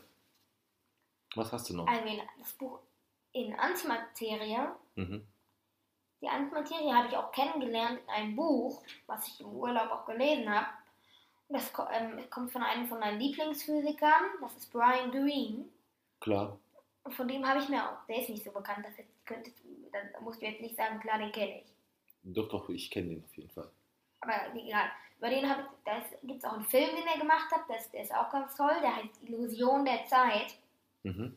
Was hast du noch? Also das Buch in Antimaterie. Mhm. Die Antimaterie habe ich auch kennengelernt in einem Buch, was ich im Urlaub auch gelesen habe. Und das kommt von einem von meinen Lieblingsphysikern, das ist Brian Greene. Klar. Und von dem habe ich mir auch, der ist nicht so bekannt, dann musst du jetzt nicht sagen, klar, den kenne ich. Doch, ich kenne den auf jeden Fall. Aber egal, über den gibt es auch einen Film, den er gemacht hat, der ist auch ganz toll, der heißt Illusion der Zeit. Mhm.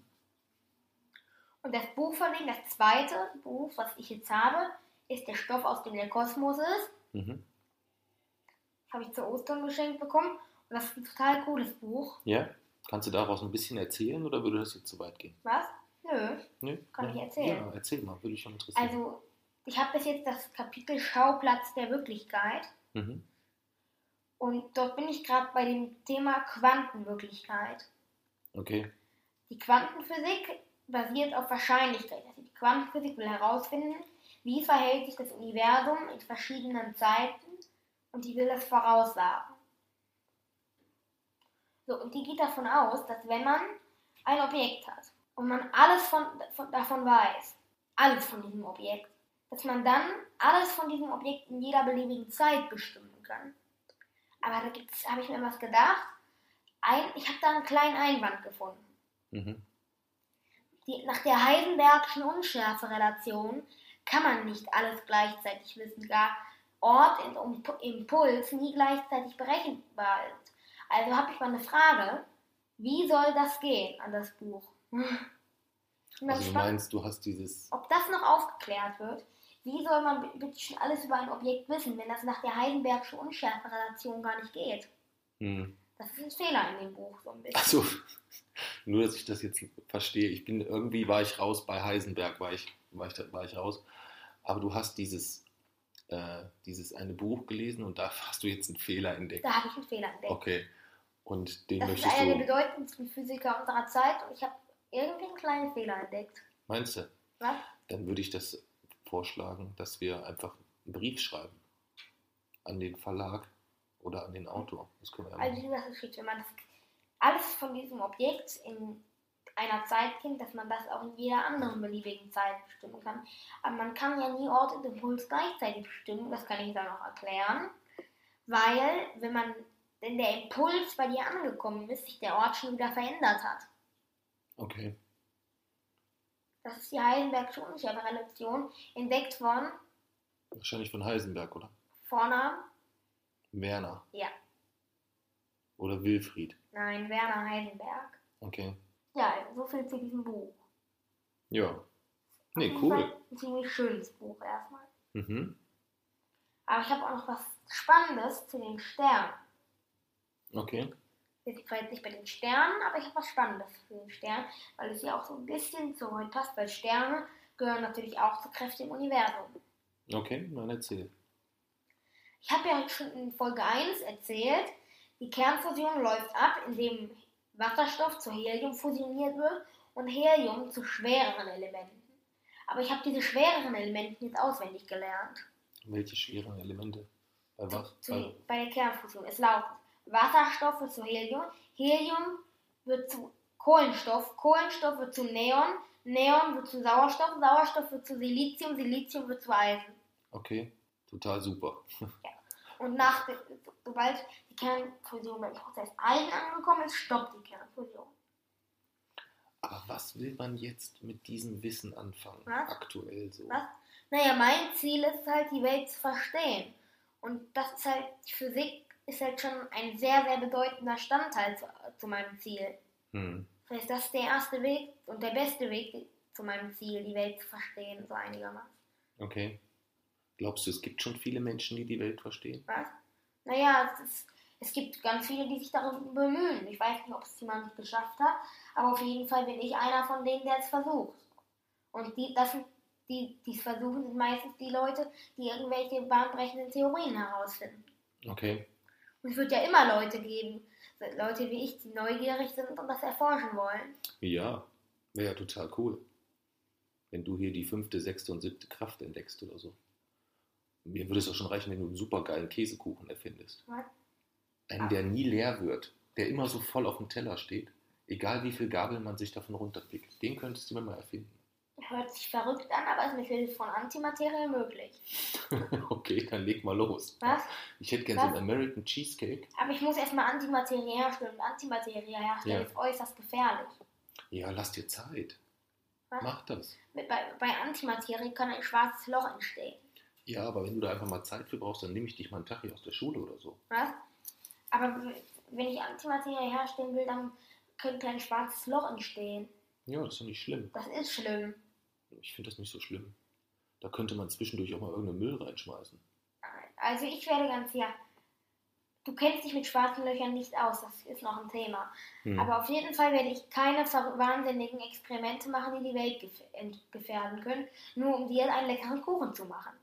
Und das Buch von ihm, das zweite Buch, was ich jetzt habe, ist der Stoff, aus dem der Kosmos ist. Mhm. Das habe ich zu Ostern geschenkt bekommen. Und das ist ein total cooles Buch. Ja? Kannst du daraus ein bisschen erzählen oder würde das jetzt zu weit gehen? Was? Nö, Nö? kann ich erzählen. Ja, erzähl mal, würde ich schon interessieren. Also, ich habe bis jetzt das Kapitel Schauplatz der Wirklichkeit. Mhm. Und dort bin ich gerade bei dem Thema Quantenwirklichkeit. Okay. Die Quantenphysik basiert auf Wahrscheinlichkeit. Also die Quantenphysik will herausfinden, wie verhält sich das Universum in verschiedenen Zeiten und die will das voraussagen. So, und die geht davon aus, dass wenn man ein Objekt hat und man alles davon weiß, alles von diesem Objekt, dass man dann alles von diesem Objekt in jeder beliebigen Zeit bestimmen kann. Aber da habe ich mir was gedacht. Ich habe da einen kleinen Einwand gefunden. Mhm. Nach der Heisenbergschen Unschärferelation kann man nicht alles gleichzeitig wissen, gar Ort und Impuls nie gleichzeitig berechenbar ist. Also habe ich mal eine Frage, wie soll das gehen an das Buch? Also du meinst, du hast dieses... Ob das noch aufgeklärt wird? Wie soll man bitte schon alles über ein Objekt wissen, wenn das nach der Heisenbergschen Unschärferelation gar nicht geht? Hm. Das ist ein Fehler in dem Buch so ein bisschen. Also, nur, dass ich das jetzt verstehe. Irgendwie war ich raus bei Heisenberg, war ich raus. Aber du hast dieses eine Buch gelesen und da hast du jetzt einen Fehler entdeckt. Da habe ich einen Fehler entdeckt. Okay. Und den Das ist möchtest einer der du, bedeutendsten Physiker unserer Zeit und ich habe irgendwie einen kleinen Fehler entdeckt. meinst du? Was? Dann würde ich das vorschlagen, dass wir einfach einen Brief schreiben an den Verlag oder an den Autor. Das können wir ja Also machen. das ist richtig, wenn man das alles von diesem Objekt in einer Zeit kennt, dass man das auch in jeder anderen beliebigen Zeit bestimmen kann. Aber man kann ja nie Ort und Impuls gleichzeitig bestimmen, das kann ich dann noch erklären. Weil, wenn der Impuls bei dir angekommen ist, sich der Ort schon wieder verändert hat. Okay. Das ist die Heisenbergsche Unschärferelation, entdeckt von Wahrscheinlich von Heisenberg, oder? Vornamen, Werner. ja, Oder Wilfried. nein, Werner Heisenberg. Okay. Ja, so viel zu diesem Buch. Ja. Nee, Auf jeden cool. Fall ein ziemlich schönes Buch erstmal. Mhm. Aber ich habe auch noch was Spannendes zu den Sternen. Okay. Ich bin zwar jetzt nicht bei den Sternen, aber ich habe was Spannendes zu den Sternen, weil es ja auch so ein bisschen zu heute passt, weil Sterne gehören natürlich auch zu Kräften im Universum. Okay, dann erzähl. Ich habe ja schon in Folge 1 erzählt, die Kernfusion läuft ab, indem Wasserstoff zu Helium fusioniert wird und Helium zu schwereren Elementen. Aber ich habe diese schwereren Elemente jetzt auswendig gelernt. Welche schweren Elemente? Bei was? Bei der Kernfusion. Es lautet Wasserstoff wird zu Helium, Helium wird zu Kohlenstoff, Kohlenstoff wird zu Neon, Neon wird zu Sauerstoff, Sauerstoff wird zu Silizium, Silizium wird zu Eisen. Okay, total super. Und sobald die Kernfusion beim Prozess Eisen angekommen ist, stoppt die Kernfusion. Aber was will man jetzt mit diesem Wissen anfangen? Was? Aktuell so. Was? Naja, mein Ziel ist halt, die Welt zu verstehen. Und das ist halt, die Physik ist halt schon ein sehr, sehr bedeutender Bestandteil zu meinem Ziel. Hm. Das heißt, das ist der erste Weg und der beste Weg zu meinem Ziel, die Welt zu verstehen, so einigermaßen. Okay. Glaubst du, es gibt schon viele Menschen, die die Welt verstehen? Was? Naja, es gibt ganz viele, die sich darum bemühen. Ich weiß nicht, ob es jemand geschafft hat, aber auf jeden Fall bin ich einer von denen, der es versucht. Und die es versuchen, sind meistens die Leute, die irgendwelche bahnbrechenden Theorien herausfinden. Okay. Und es wird ja immer Leute geben, Leute wie ich, die neugierig sind und das erforschen wollen. Ja, wäre ja total cool. Wenn du hier die 5., 6. und 7. Kraft entdeckst oder so. Mir würde es auch schon reichen, wenn du einen super geilen Käsekuchen erfindest. Was? Einen, der nie leer wird, der immer so voll auf dem Teller steht, egal wie viel Gabeln man sich davon runterpickt. Den könntest du mir mal erfinden. Hört sich verrückt an, aber ist mit Hilfe von Antimaterie möglich. Okay, dann leg mal los. Was? Ich hätte gerne so einen American Cheesecake. Aber ich muss erstmal Antimaterie herstellen. Und Antimaterie herstellen ist äußerst gefährlich. Ja, lass dir Zeit. Was? Mach das. Bei Antimaterie kann ein schwarzes Loch entstehen. Ja, aber wenn du da einfach mal Zeit für brauchst, dann nehme ich dich mal einen Tag hier aus der Schule oder so. Was? Aber wenn ich Antimaterie herstellen will, dann könnte ein schwarzes Loch entstehen. Ja, das ist doch nicht schlimm. Das ist schlimm. Ich finde das nicht so schlimm. Da könnte man zwischendurch auch mal irgendeinen Müll reinschmeißen. Also ich werde ganz sicher, du kennst dich mit schwarzen Löchern nicht aus, das ist noch ein Thema. Aber auf jeden Fall werde ich keine wahnsinnigen Experimente machen, die die Welt gefährden können, nur um dir einen leckeren Kuchen zu machen.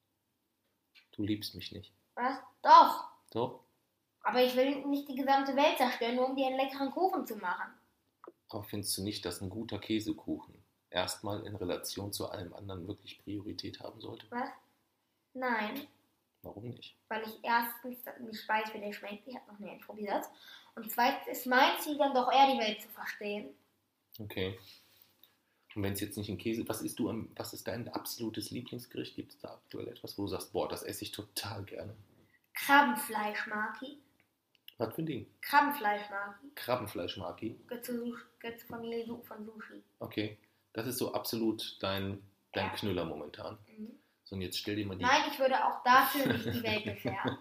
Du liebst mich nicht. Was? Doch. Doch? Aber ich will nicht die gesamte Welt zerstören, nur um dir einen leckeren Kuchen zu machen. Aber findest du nicht, dass ein guter Käsekuchen erstmal in Relation zu allem anderen wirklich Priorität haben sollte? Was? Nein. Warum nicht? Weil ich erstens nicht weiß, wie der schmeckt, ich habe noch nie probiert. Und zweitens ist mein Ziel dann doch eher, die Welt zu verstehen. Okay. Und wenn es jetzt nicht ein Käse, was ist dein absolutes Lieblingsgericht? Gibt es da aktuell etwas, wo du sagst, boah, das esse ich total gerne? Krabbenfleischmaki. Was für ein Ding? Krabbenfleischmaki. Krabbenfleischmaki. Gehört zur Familie von Sushi. Okay. Das ist so absolut dein Knüller momentan. Mhm. So, und jetzt stell dir mal die... Nein, ich würde auch dafür nicht die Welt gefährden.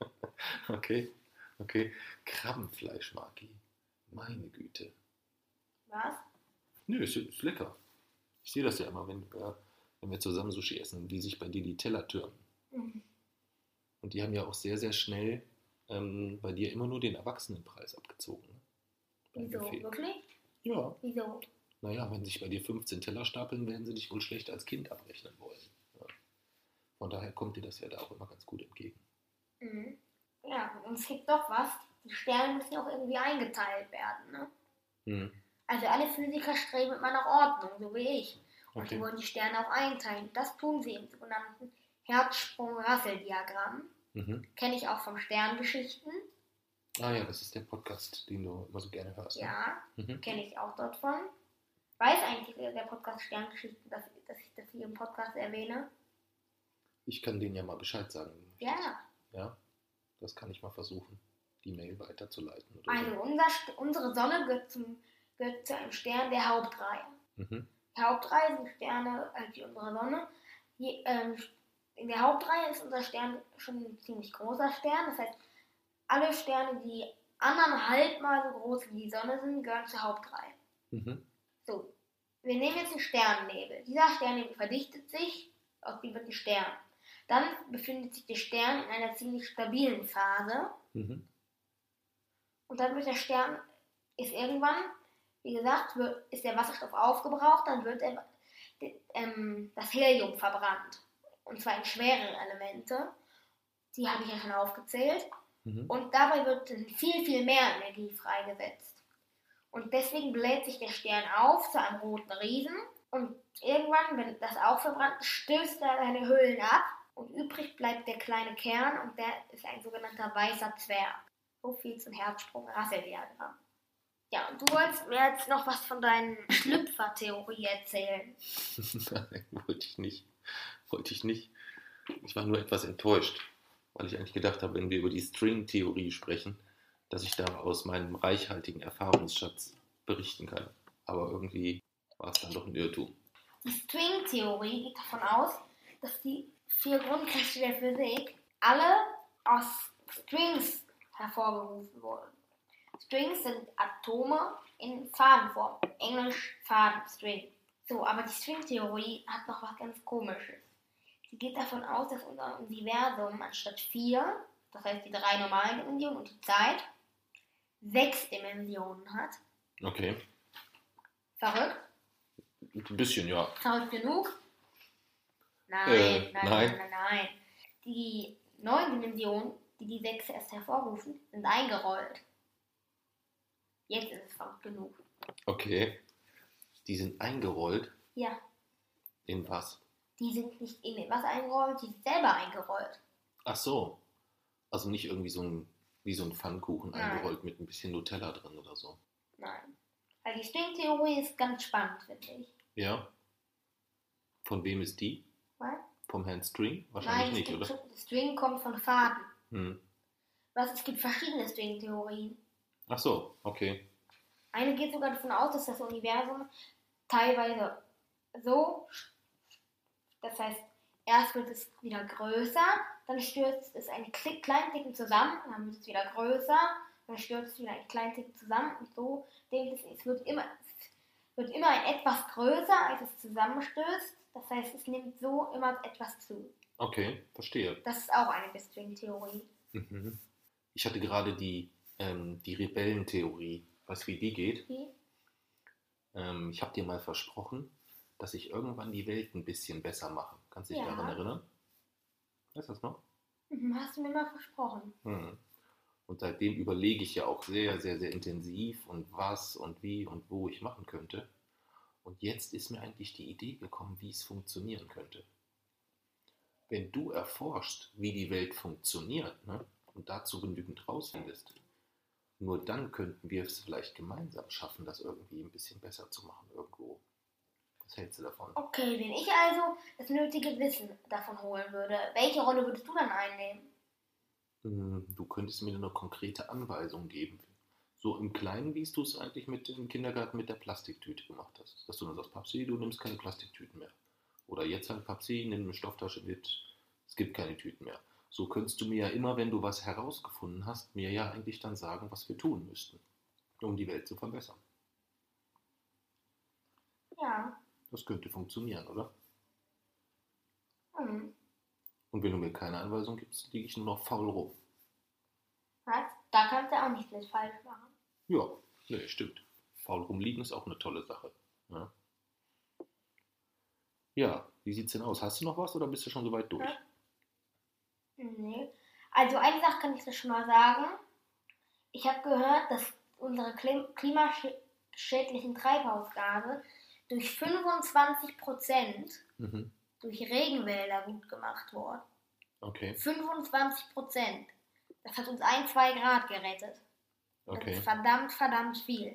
Okay. Krabbenfleischmaki. Meine Güte. Was? Nö, ist lecker. Ich sehe das ja immer, wenn wenn wir zusammen Sushi essen, wie sich bei dir die Teller türmen. Mhm. Und die haben ja auch sehr, sehr schnell bei dir immer nur den Erwachsenenpreis abgezogen. Ne? Beim Wieso? Buffet. Wirklich? Ja. Wieso? Naja, wenn sich bei dir 15 Teller stapeln, werden sie dich wohl schlecht als Kind abrechnen wollen. Ja. Von daher kommt dir das ja da auch immer ganz gut entgegen. Mhm. Ja, und es gibt doch was. Die Sterne müssen ja auch irgendwie eingeteilt werden, ne? Hm. Also alle Physiker streben immer nach Ordnung, so wie ich. Und Okay. die wollen die Sterne auch einteilen. Das tun sie im sogenannten Herzsprung-Russell-Diagramm. Mhm. Kenne ich auch vom Sterngeschichten. Ah ja, das ist der Podcast, den du immer so gerne hörst. Ne? Ja, Mhm. kenne ich auch dort von. Weiß eigentlich der Podcast Sterngeschichten, dass ich das hier im Podcast erwähne? Ich kann denen ja mal Bescheid sagen. Ja. Ja, das kann ich mal versuchen, die Mail weiterzuleiten. Oder Also unsere Sonne gehört zu einem Stern der Hauptreihe. Mhm. Die Hauptreihe sind Sterne, wie unsere Sonne. In der Hauptreihe ist unser Stern schon ein ziemlich großer Stern. Das heißt, alle Sterne, die 1,5 Mal so groß wie die Sonne sind, gehören zur Hauptreihe. Mhm. So, wir nehmen jetzt einen Sternennebel. Dieser Sternennebel verdichtet sich, aus dem wird ein Stern. Dann befindet sich der Stern in einer ziemlich stabilen Phase. Mhm. Und dann wird der Stern, ist irgendwann, wie gesagt, ist der Wasserstoff aufgebraucht, dann wird das Helium verbrannt. Und zwar in schwerere Elemente. Die habe ich ja schon aufgezählt. Mhm. Und dabei wird viel, viel mehr Energie freigesetzt. Und deswegen bläht sich der Stern auf zu einem roten Riesen. Und irgendwann, wenn das auch verbrannt ist, stößt er seine Hüllen ab. Und übrig bleibt der kleine Kern und der ist ein sogenannter weißer Zwerg. So viel zum Herzsprung-Russell-Diagramm. Ja, und du wolltest mir jetzt noch was von deinen Schlüpfer-Theorie erzählen. Nein, wollte ich nicht. Ich war nur etwas enttäuscht, weil ich eigentlich gedacht habe, wenn wir über die String-Theorie sprechen, dass ich da aus meinem reichhaltigen Erfahrungsschatz berichten kann. Aber irgendwie war es dann doch ein Irrtum. Die String-Theorie geht davon aus, dass die 4 Grundkräfte der Physik alle aus Strings hervorgerufen wurden. Strings sind Atome in Fadenform, englisch Faden, String. So, aber die String-Theorie hat noch was ganz Komisches. Sie geht davon aus, dass unser Universum anstatt 4, das heißt die 3 normalen Dimensionen und die Zeit, 6 Dimensionen hat. Okay. Verrückt? Ein bisschen, ja. Verrückt genug? Nein. Nein. Die 9 Dimensionen, die die 6 erst hervorrufen, sind eingerollt. Jetzt ist es verrückt genug. Okay. Die sind eingerollt? Ja. In was? Die sind nicht in etwas eingerollt, die sind selber eingerollt. Ach so. Also nicht irgendwie wie so ein Pfannkuchen Nein. eingerollt mit ein bisschen Nutella drin oder so. Nein. Also die String-Theorie ist ganz spannend, finde ich. Ja. Von wem ist die? Was? Vom Herrn String? Wahrscheinlich nicht, oder? String kommt von Faden. Hm. Es gibt verschiedene String-Theorien. Ach so, okay. Eine geht sogar davon aus, dass das Universum teilweise so, das heißt, erst wird es wieder größer, dann stürzt es einen kleinen Ticken zusammen, dann wird es wieder größer, dann stürzt es wieder einen kleinen Ticken zusammen und so. Es wird immer ein etwas größer, als es zusammenstößt. Das heißt, es nimmt so immer etwas zu. Okay, verstehe. Das ist auch eine String-Theorie. Mhm. Ich hatte gerade die Rebellentheorie. Weißt du, wie die geht? Wie? Ich habe dir mal versprochen, dass ich irgendwann die Welt ein bisschen besser mache. Kannst du dich Ja. daran erinnern? Weißt du das noch? Hast du mir mal versprochen. Mhm. Und seitdem überlege ich ja auch sehr, sehr, sehr intensiv und was und wie und wo ich machen könnte. Und jetzt ist mir eigentlich die Idee gekommen, wie es funktionieren könnte. Wenn du erforschst, wie die Welt funktioniert, ne, und dazu genügend rausfindest, nur dann könnten wir es vielleicht gemeinsam schaffen, das irgendwie ein bisschen besser zu machen irgendwo. Was hältst du davon? Okay, wenn ich also das nötige Wissen davon holen würde, welche Rolle würdest du dann einnehmen? Du könntest mir eine konkrete Anweisung geben. So im Kleinen, wie du es eigentlich mit dem Kindergarten mit der Plastiktüte gemacht hast. Dass du dann sagst, Papsi, du nimmst keine Plastiktüten mehr. Oder jetzt halt, Papsi, nimm eine Stofftasche mit, es gibt keine Tüten mehr. So könntest du mir ja immer, wenn du was herausgefunden hast, mir ja eigentlich dann sagen, was wir tun müssten, um die Welt zu verbessern. Ja. Das könnte funktionieren, oder? Hm. Und wenn du mir keine Anweisung gibst, liege ich nur noch faul rum. Was? Da kannst du auch nichts mit falsch machen. Ja, nee, stimmt. Faul rumliegen ist auch eine tolle Sache. Ja, ja, wie sieht's denn aus? Hast du noch was oder bist du schon soweit durch? Ja. Nee. Also eine Sache kann ich dir schon mal sagen. Ich habe gehört, dass unsere klimaschädlichen Treibhausgase durch 25% Mhm. durch Regenwälder gut gemacht wurden. Okay, 25%. Das hat uns 1, 2 Grad gerettet. Das okay. ist verdammt, verdammt viel.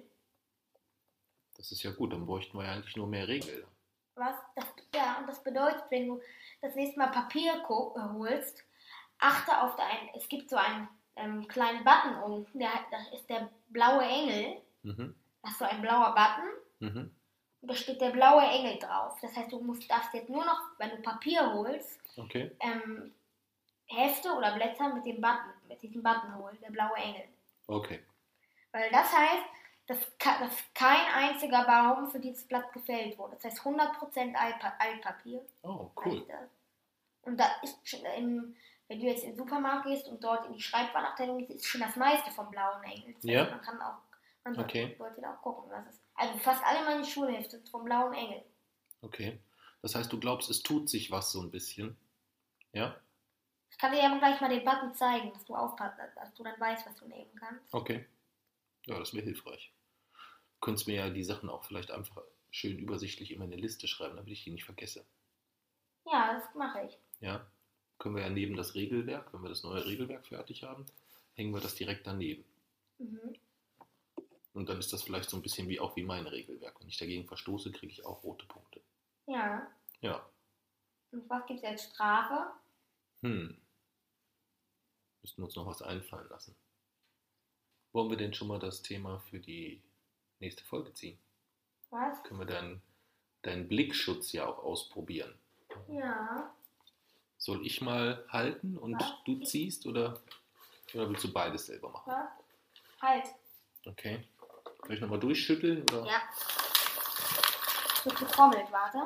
Das ist ja gut, dann bräuchten wir ja eigentlich nur mehr Regenwälder. Was? Und das bedeutet, wenn du das nächste Mal Papier holst, achte auf es gibt so einen kleinen Button unten, das ist der blaue Engel. Mhm. Das ist so ein blauer Button. Mhm. Und da steht der blaue Engel drauf. Das heißt, darfst jetzt nur noch, wenn du Papier holst, Okay, Hefte oder Blätter mit diesem Button holen, der blaue Engel. okay. Weil das heißt, dass kein einziger Baum für dieses Blatt gefällt wurde. Das heißt 100% Altpapier. Oh, cool. Heißt das. Und da ist wenn du jetzt in den Supermarkt gehst und dort in die Schreibwarenabteilung gehst, ist schon das meiste vom blauen Engel. Das heißt, Ja. Man Okay. sollte da auch gucken, was es ist. Also fast alle meine Schulhefte sind vom blauen Engel. Okay. Das heißt, du glaubst, es tut sich was so ein bisschen. Ja? Ich kann dir ja gleich mal den Button zeigen, dass du aufpasst, dass du dann weißt, was du nehmen kannst. Okay. Ja, das wäre hilfreich. Du könntest mir ja die Sachen auch vielleicht einfach schön übersichtlich in meine Liste schreiben, damit ich die nicht vergesse. Ja, das mache ich. Ja? Können wir ja neben das Regelwerk, wenn wir das neue Regelwerk fertig haben, hängen wir das direkt daneben. Mhm. Und dann ist das vielleicht so ein bisschen wie mein Regelwerk. Wenn ich dagegen verstoße, kriege ich auch rote Punkte. Ja. Ja. Und was gibt es als Strafe? Müssten wir uns noch was einfallen lassen. Wollen wir denn schon mal das Thema für die nächste Folge ziehen? Was? Können wir deinen Blickschutz ja auch ausprobieren. Ja. Soll ich mal halten und Was? du ziehst oder willst du beides selber machen? Was? Halt. Okay. Soll ich nochmal durchschütteln? Oder? Ja. Wird getrommelt, warte.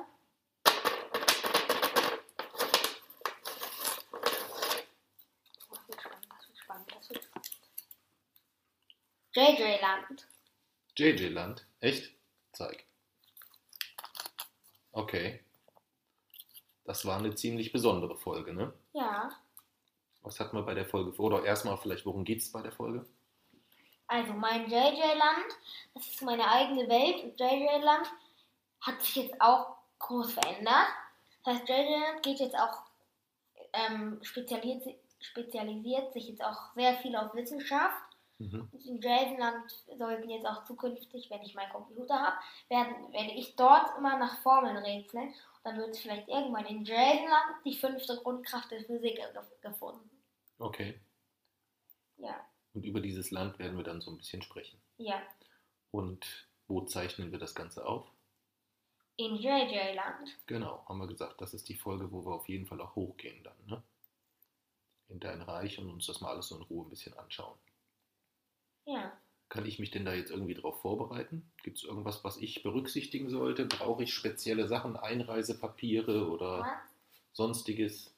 Das wird spannend. JJ Land. JJ Land. Echt? Zeig. Okay. Das war eine ziemlich besondere Folge, ne? Ja. Was hatten wir bei der Folge? Oder erstmal vielleicht, worum geht es bei der Folge? Also mein JJ Land, das ist meine eigene Welt und JJ Land hat sich jetzt auch groß verändert. Das heißt, JJ Land geht jetzt auch, spezialisiert sich jetzt auch sehr viel auf Wissenschaft. Mhm. Und in JJ Land sollten jetzt auch zukünftig, wenn ich meinen Computer habe, werde ich dort immer nach Formeln rätseln. Und dann wird vielleicht irgendwann in JJ Land die 5. Grundkraft der Physik gefunden. Okay. Ja. Und über dieses Land werden wir dann so ein bisschen sprechen. Ja. Und wo zeichnen wir das Ganze auf? In JJ Land. Genau, haben wir gesagt, das ist die Folge, wo wir auf jeden Fall auch hochgehen dann, ne? In dein Reich und uns das mal alles so in Ruhe ein bisschen anschauen. Ja. Kann ich mich denn da jetzt irgendwie drauf vorbereiten? Gibt es irgendwas, was ich berücksichtitige sollte? Brauche ich spezielle Sachen, Einreisepapiere oder Was? sonstiges?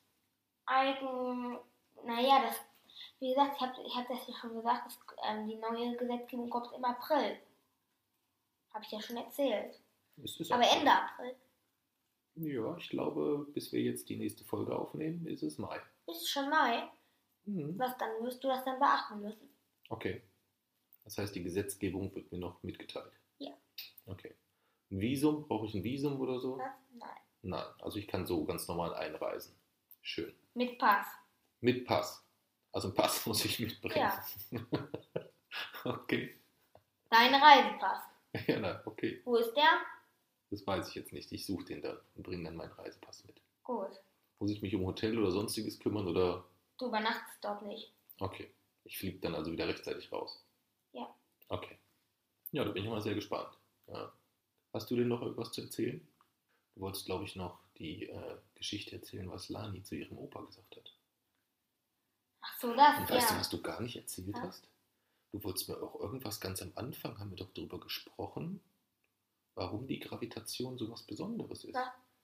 Naja, wie gesagt, ich hab das ja schon gesagt, die neue Gesetzgebung kommt im April. Habe ich ja schon erzählt. Aber April. Ende April. Ja, ich glaube, bis wir jetzt die nächste Folge aufnehmen, ist es Mai. Ist es schon Mai? Mhm. Dann wirst du das dann beachten müssen. Okay. Das heißt, die Gesetzgebung wird mir noch mitgeteilt. Ja. Okay. Ein Visum? Brauche ich ein Visum oder so? Was? Nein. Nein, also ich kann so ganz normal einreisen. Schön. Mit Pass. Mit Pass. Also einen Pass muss ich mitbringen. Ja. Okay. Dein Reisepass. Ja, na, okay. Wo ist der? Das weiß ich jetzt nicht. Ich suche den dann und bringe dann meinen Reisepass mit. Gut. Muss ich mich um Hotel oder sonstiges kümmern oder? Du übernachtest dort nicht. Okay. Ich fliege dann also wieder rechtzeitig raus. Ja. Okay. Ja, da bin ich mal sehr gespannt. Ja. Hast du denn noch irgendwas zu erzählen? Du wolltest, glaube ich, noch die Geschichte erzählen, was Lani zu ihrem Opa gesagt hat. Ach so, das, Und ja. weißt du, was du gar nicht erzählt Ja. hast? Du wolltest mir auch irgendwas ganz am Anfang, haben wir doch darüber gesprochen, warum die Gravitation so was Besonderes ist. Ja.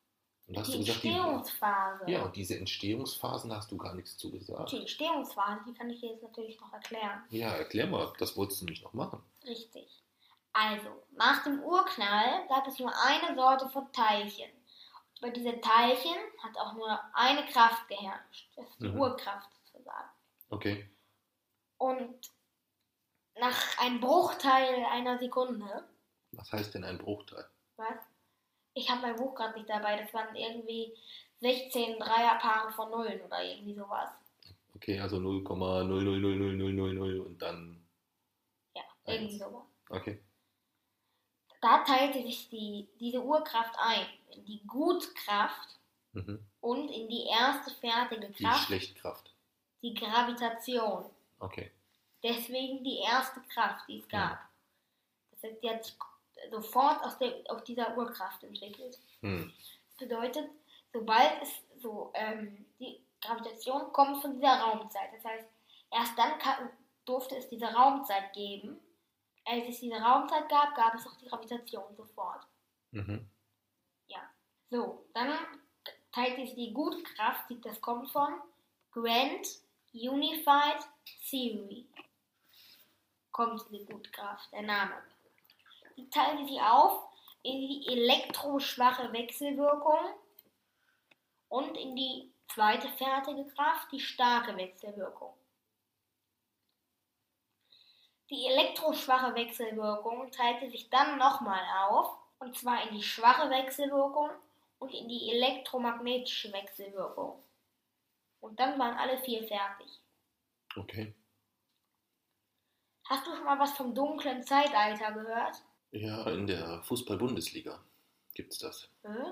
Und hast Die du gesagt, Entstehungsphase. ja, und diese Entstehungsphasen hast du gar nichts zugesagt. Die Entstehungsphase, die kann ich dir jetzt natürlich noch erklären. Ja, erklär mal, das wolltest du nicht noch machen. Richtig. Also, nach dem Urknall gab es nur eine Sorte von Teilchen. Bei diesen Teilchen hat auch nur eine Kraft geherrscht. Das ist die Urkraft sozusagen. Okay. Und nach einem Bruchteil einer Sekunde. Was heißt denn ein Bruchteil? Was? Ich habe mein Buch gerade nicht dabei. Das waren irgendwie 16 Dreierpaare von Nullen oder irgendwie sowas. Okay, also 0,0000000 und dann. Ja, irgendwie sowas. Okay. Da teilte sich diese Urkraft ein in die Gutkraft und in die erste fertige Kraft. Die Schlechtkraft. Die Gravitation. Okay. Deswegen die erste Kraft, die es gab. Das ist jetzt sofort aus dieser Urkraft entwickelt. Das bedeutet, sobald es die Gravitation kommt von dieser Raumzeit. Das heißt, erst dann durfte es diese Raumzeit geben. Als es diese Raumzeit gab, gab es auch die Gravitation sofort. Ja. So, dann teilt sich die Gutkraft, das kommt von Grand Unified Theory. Kommt die Gutkraft, der Name. Die teilt sich auf in die elektroschwache Wechselwirkung und in die zweite fertige Kraft, die starke Wechselwirkung. Die elektroschwache Wechselwirkung teilte sich dann nochmal auf, und zwar in die schwache Wechselwirkung und in die elektromagnetische Wechselwirkung. Und dann waren alle 4 fertig. Okay. Hast du schon mal was vom dunklen Zeitalter gehört? Ja, in der Fußball-Bundesliga gibt's das.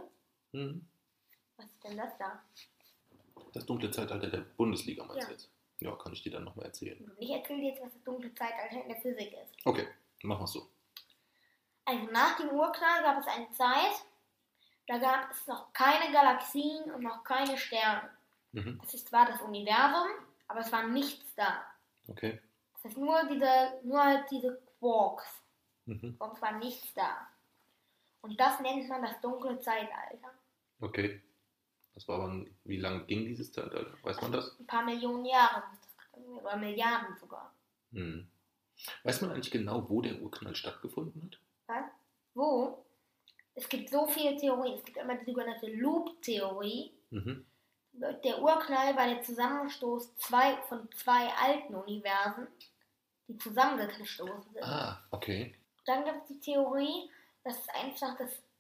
Was ist denn das da? Das dunkle Zeitalter der Bundesliga meinst du jetzt? Ja, kann ich dir dann nochmal erzählen. Ich erzähle dir jetzt, was das dunkle Zeitalter in der Physik ist. Okay, machen wir so. Also nach dem Urknall gab es eine Zeit, da gab es noch keine Galaxien und noch keine Sterne. Das ist zwar das Universum, aber es war nichts da. Okay. Das heißt nur halt diese Quarks. Sonst war nichts da. Und das nennt man das dunkle Zeitalter. Okay. Das war aber, wie lange ging dieses Zeitalter? Weiß man das? Ein paar Millionen Jahre. Oder Milliarden sogar. Weiß man eigentlich genau, wo der Urknall stattgefunden hat? Was? Wo? Es gibt so viele Theorien. Es gibt immer die sogenannte Loop-Theorie. Der Urknall war der Zusammenstoß von zwei alten Universen, die zusammengestoßen sind. Ah, okay. Dann gibt es die Theorie, dass es einfach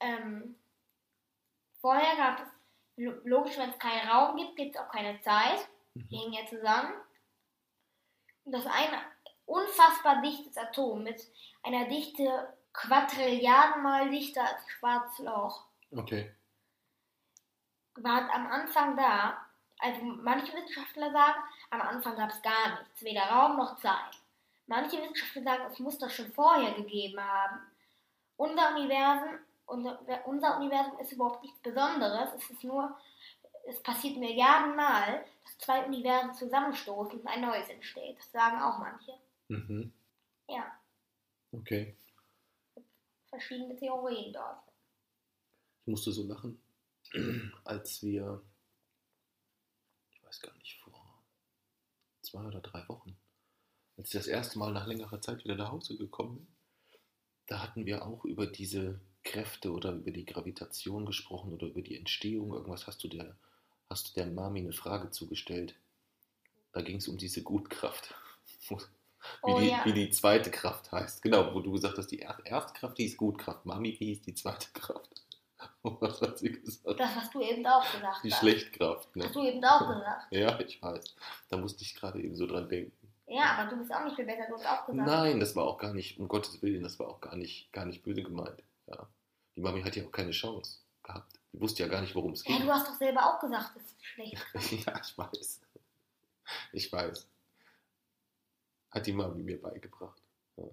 vorher gab es, logisch, wenn es keinen Raum gibt, gibt es auch keine Zeit. Die hängen ja zusammen. Und dass ein unfassbar dichtes Atom mit einer Dichte Quadrilliardenmal dichter als ein schwarzes Loch. Okay. War am Anfang da. Also manche Wissenschaftler sagen, am Anfang gab es gar nichts, weder Raum noch Zeit. Manche Wissenschaftler sagen, es muss das schon vorher gegeben haben. Unser Universum ist überhaupt nichts Besonderes. Es passiert Milliardenmal, dass 2 Universen zusammenstoßen und ein neues entsteht. Das sagen auch manche. Ja. Okay. Verschiedene Theorien dort. Ich musste so lachen, als wir, ich weiß gar nicht, vor 2 oder 3 Wochen, als ich das erste Mal nach längerer Zeit wieder nach Hause gekommen bin, da hatten wir auch über diese Kräfte oder über die Gravitation gesprochen oder über die Entstehung. Irgendwas hast du der Mami eine Frage zugestellt. Da ging es um diese Gutkraft. Wie die zweite Kraft heißt. Genau, wo du gesagt hast, die erste Kraft hieß Gutkraft. Mami, wie hieß die zweite Kraft? Was hat sie gesagt? Das hast du eben auch gesagt. Die Schlechtkraft. Ne? Hast du eben auch gesagt. Ja, ich weiß. Da musste ich gerade eben so dran denken. Ja, aber du bist auch nicht viel besser, du hast auch gesagt. Nein, das war auch gar nicht, um Gottes Willen, das war auch gar nicht böse gemeint. Ja. Die Mami hat ja auch keine Chance gehabt. Die wusste ja gar nicht, worum es ging. Ja, du hast doch selber auch gesagt, das ist schlecht. Ja, ich weiß. Ich weiß. Hat die Mami mir beigebracht. Ja.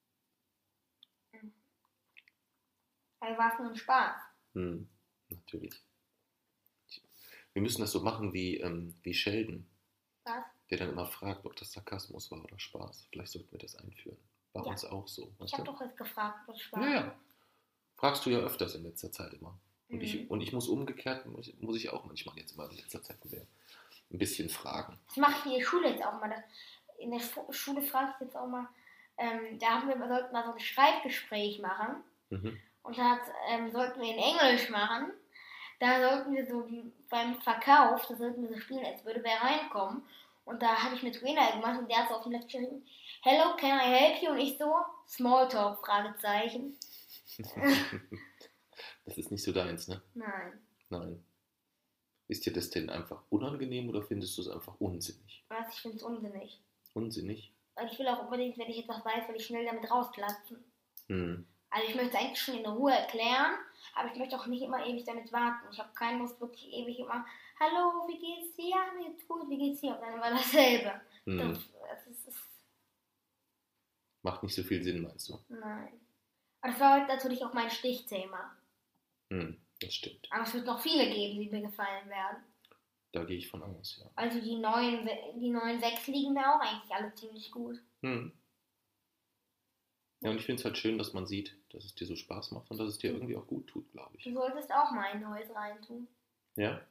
Also war es nur ein Spaß. Natürlich. Wir müssen das so machen wie Sheldon. Was? Der dann immer fragt, ob das Sarkasmus war oder Spaß. Vielleicht sollten wir das einführen. Bei uns auch so. Ich habe doch jetzt gefragt, ob es Spaß war. Ja. Fragst du ja öfters in letzter Zeit immer. Und ich muss umgekehrt, muss ich auch manchmal jetzt mal in letzter Zeit ein bisschen fragen. Das mache ich in der Schule jetzt auch mal. In der Schule frage ich jetzt auch mal, sollten wir mal so ein Schreibgespräch machen. Und dann sollten wir in Englisch machen. Da sollten wir so beim Verkauf, da sollten wir so spielen, als würde wer reinkommen. Und da habe ich mit Trainer gemacht und der hat so auf dem Laptop geschrieben, Hello, can I help you? Und ich so, Smalltalk, Fragezeichen. Das ist nicht so deins, ne? Nein. Ist dir das denn einfach unangenehm oder findest du es einfach unsinnig? Ich finde es unsinnig. Unsinnig? Weil ich will auch unbedingt, wenn ich etwas weiß, will ich schnell damit rausplatzen. Also ich möchte es eigentlich schon in Ruhe erklären, aber ich möchte auch nicht immer ewig damit warten. Ich habe keinen Lust, wirklich ewig immer, hallo, wie geht's dir? Ja, mir geht's gut, wie geht's dir? Und dann immer dasselbe. Das macht nicht so viel Sinn, meinst du? Nein. Aber das war heute natürlich auch mein Stichthema. Das stimmt. Aber es wird noch viele geben, die mir gefallen werden. Da gehe ich von aus, ja. Also die neuen 6 liegen mir auch eigentlich alle ziemlich gut. Ja, und ich finde es halt schön, dass man sieht, dass es dir so Spaß macht und dass es dir irgendwie auch gut tut, glaube ich. Du solltest auch mal ein neues reintun. Ja?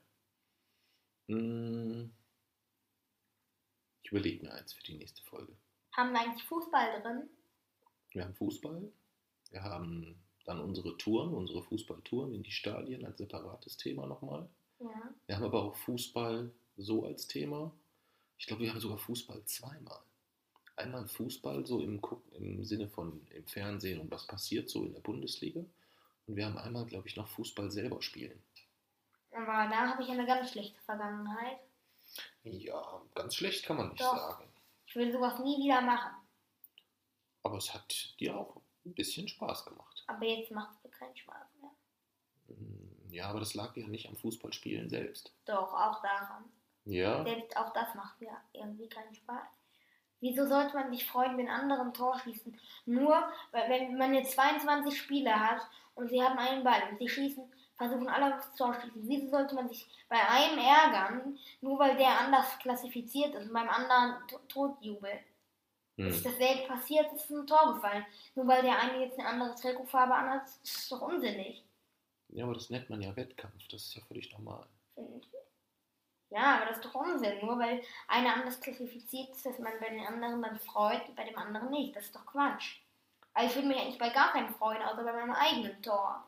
Ich überlege mir eins für die nächste Folge. Haben wir eigentlich Fußball drin? Wir haben Fußball. Wir haben dann unsere Touren, unsere Fußballtouren in die Stadien als separates Thema nochmal. Ja. Wir haben aber auch Fußball so als Thema. Ich glaube, wir haben sogar Fußball zweimal. Einmal Fußball so im Sinne von im Fernsehen und was passiert so in der Bundesliga. Und wir haben einmal, glaube ich, noch Fußball selber spielen. Aber da habe ich eine ganz schlechte Vergangenheit. Ja, ganz schlecht kann man nicht Doch. sagen. Ich will sowas nie wieder machen. Aber es hat dir auch ein bisschen Spaß gemacht. Aber jetzt macht es mir keinen Spaß mehr. Ja, aber das lag ja nicht am Fußballspielen selbst. Doch, auch daran. Ja. Selbst auch das macht mir irgendwie keinen Spaß. Wieso sollte man sich freuen, wenn andere ein Tor schießen? Nur, weil wenn man jetzt 22 Spieler hat und sie haben einen Ball und sie versuchen alle aufs Tor zu schießen. Wieso sollte man sich bei einem ärgern, nur weil der anders klassifiziert ist und beim anderen tot jubelt? Ist dasselbe passiert, ist ein Tor gefallen. Nur weil der eine jetzt eine andere Trikotfarbe anhat, ist das doch unsinnig. Ja, aber das nennt man ja Wettkampf. Das ist ja völlig normal. Ja, aber das ist doch Unsinn. Nur weil einer anders klassifiziert ist, dass man bei den anderen dann freut und bei dem anderen nicht. Das ist doch Quatsch. Also ich würde mich eigentlich bei gar keinem freuen, außer bei meinem eigenen Tor.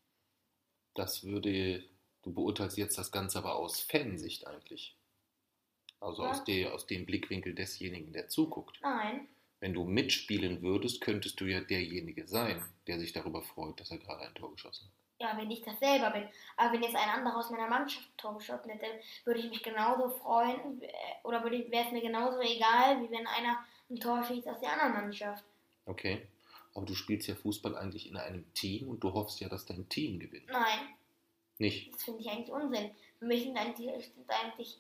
Du beurteilst jetzt das Ganze aber aus Fansicht eigentlich. Also Ja. aus dem Blickwinkel desjenigen, der zuguckt. Nein. Wenn du mitspielen würdest, könntest du ja derjenige sein, der sich darüber freut, dass er gerade ein Tor geschossen hat. Ja, wenn ich das selber bin. Aber wenn jetzt ein anderer aus meiner Mannschaft ein Tor geschossen hätte, würde ich mich genauso freuen oder wäre es mir genauso egal, wie wenn einer ein Tor schießt aus der anderen Mannschaft. Okay, aber du spielst ja Fußball eigentlich in einem Team und du hoffst ja, dass dein Team gewinnt. Nein, Nicht? das finde ich eigentlich Unsinn. Für mich sind eigentlich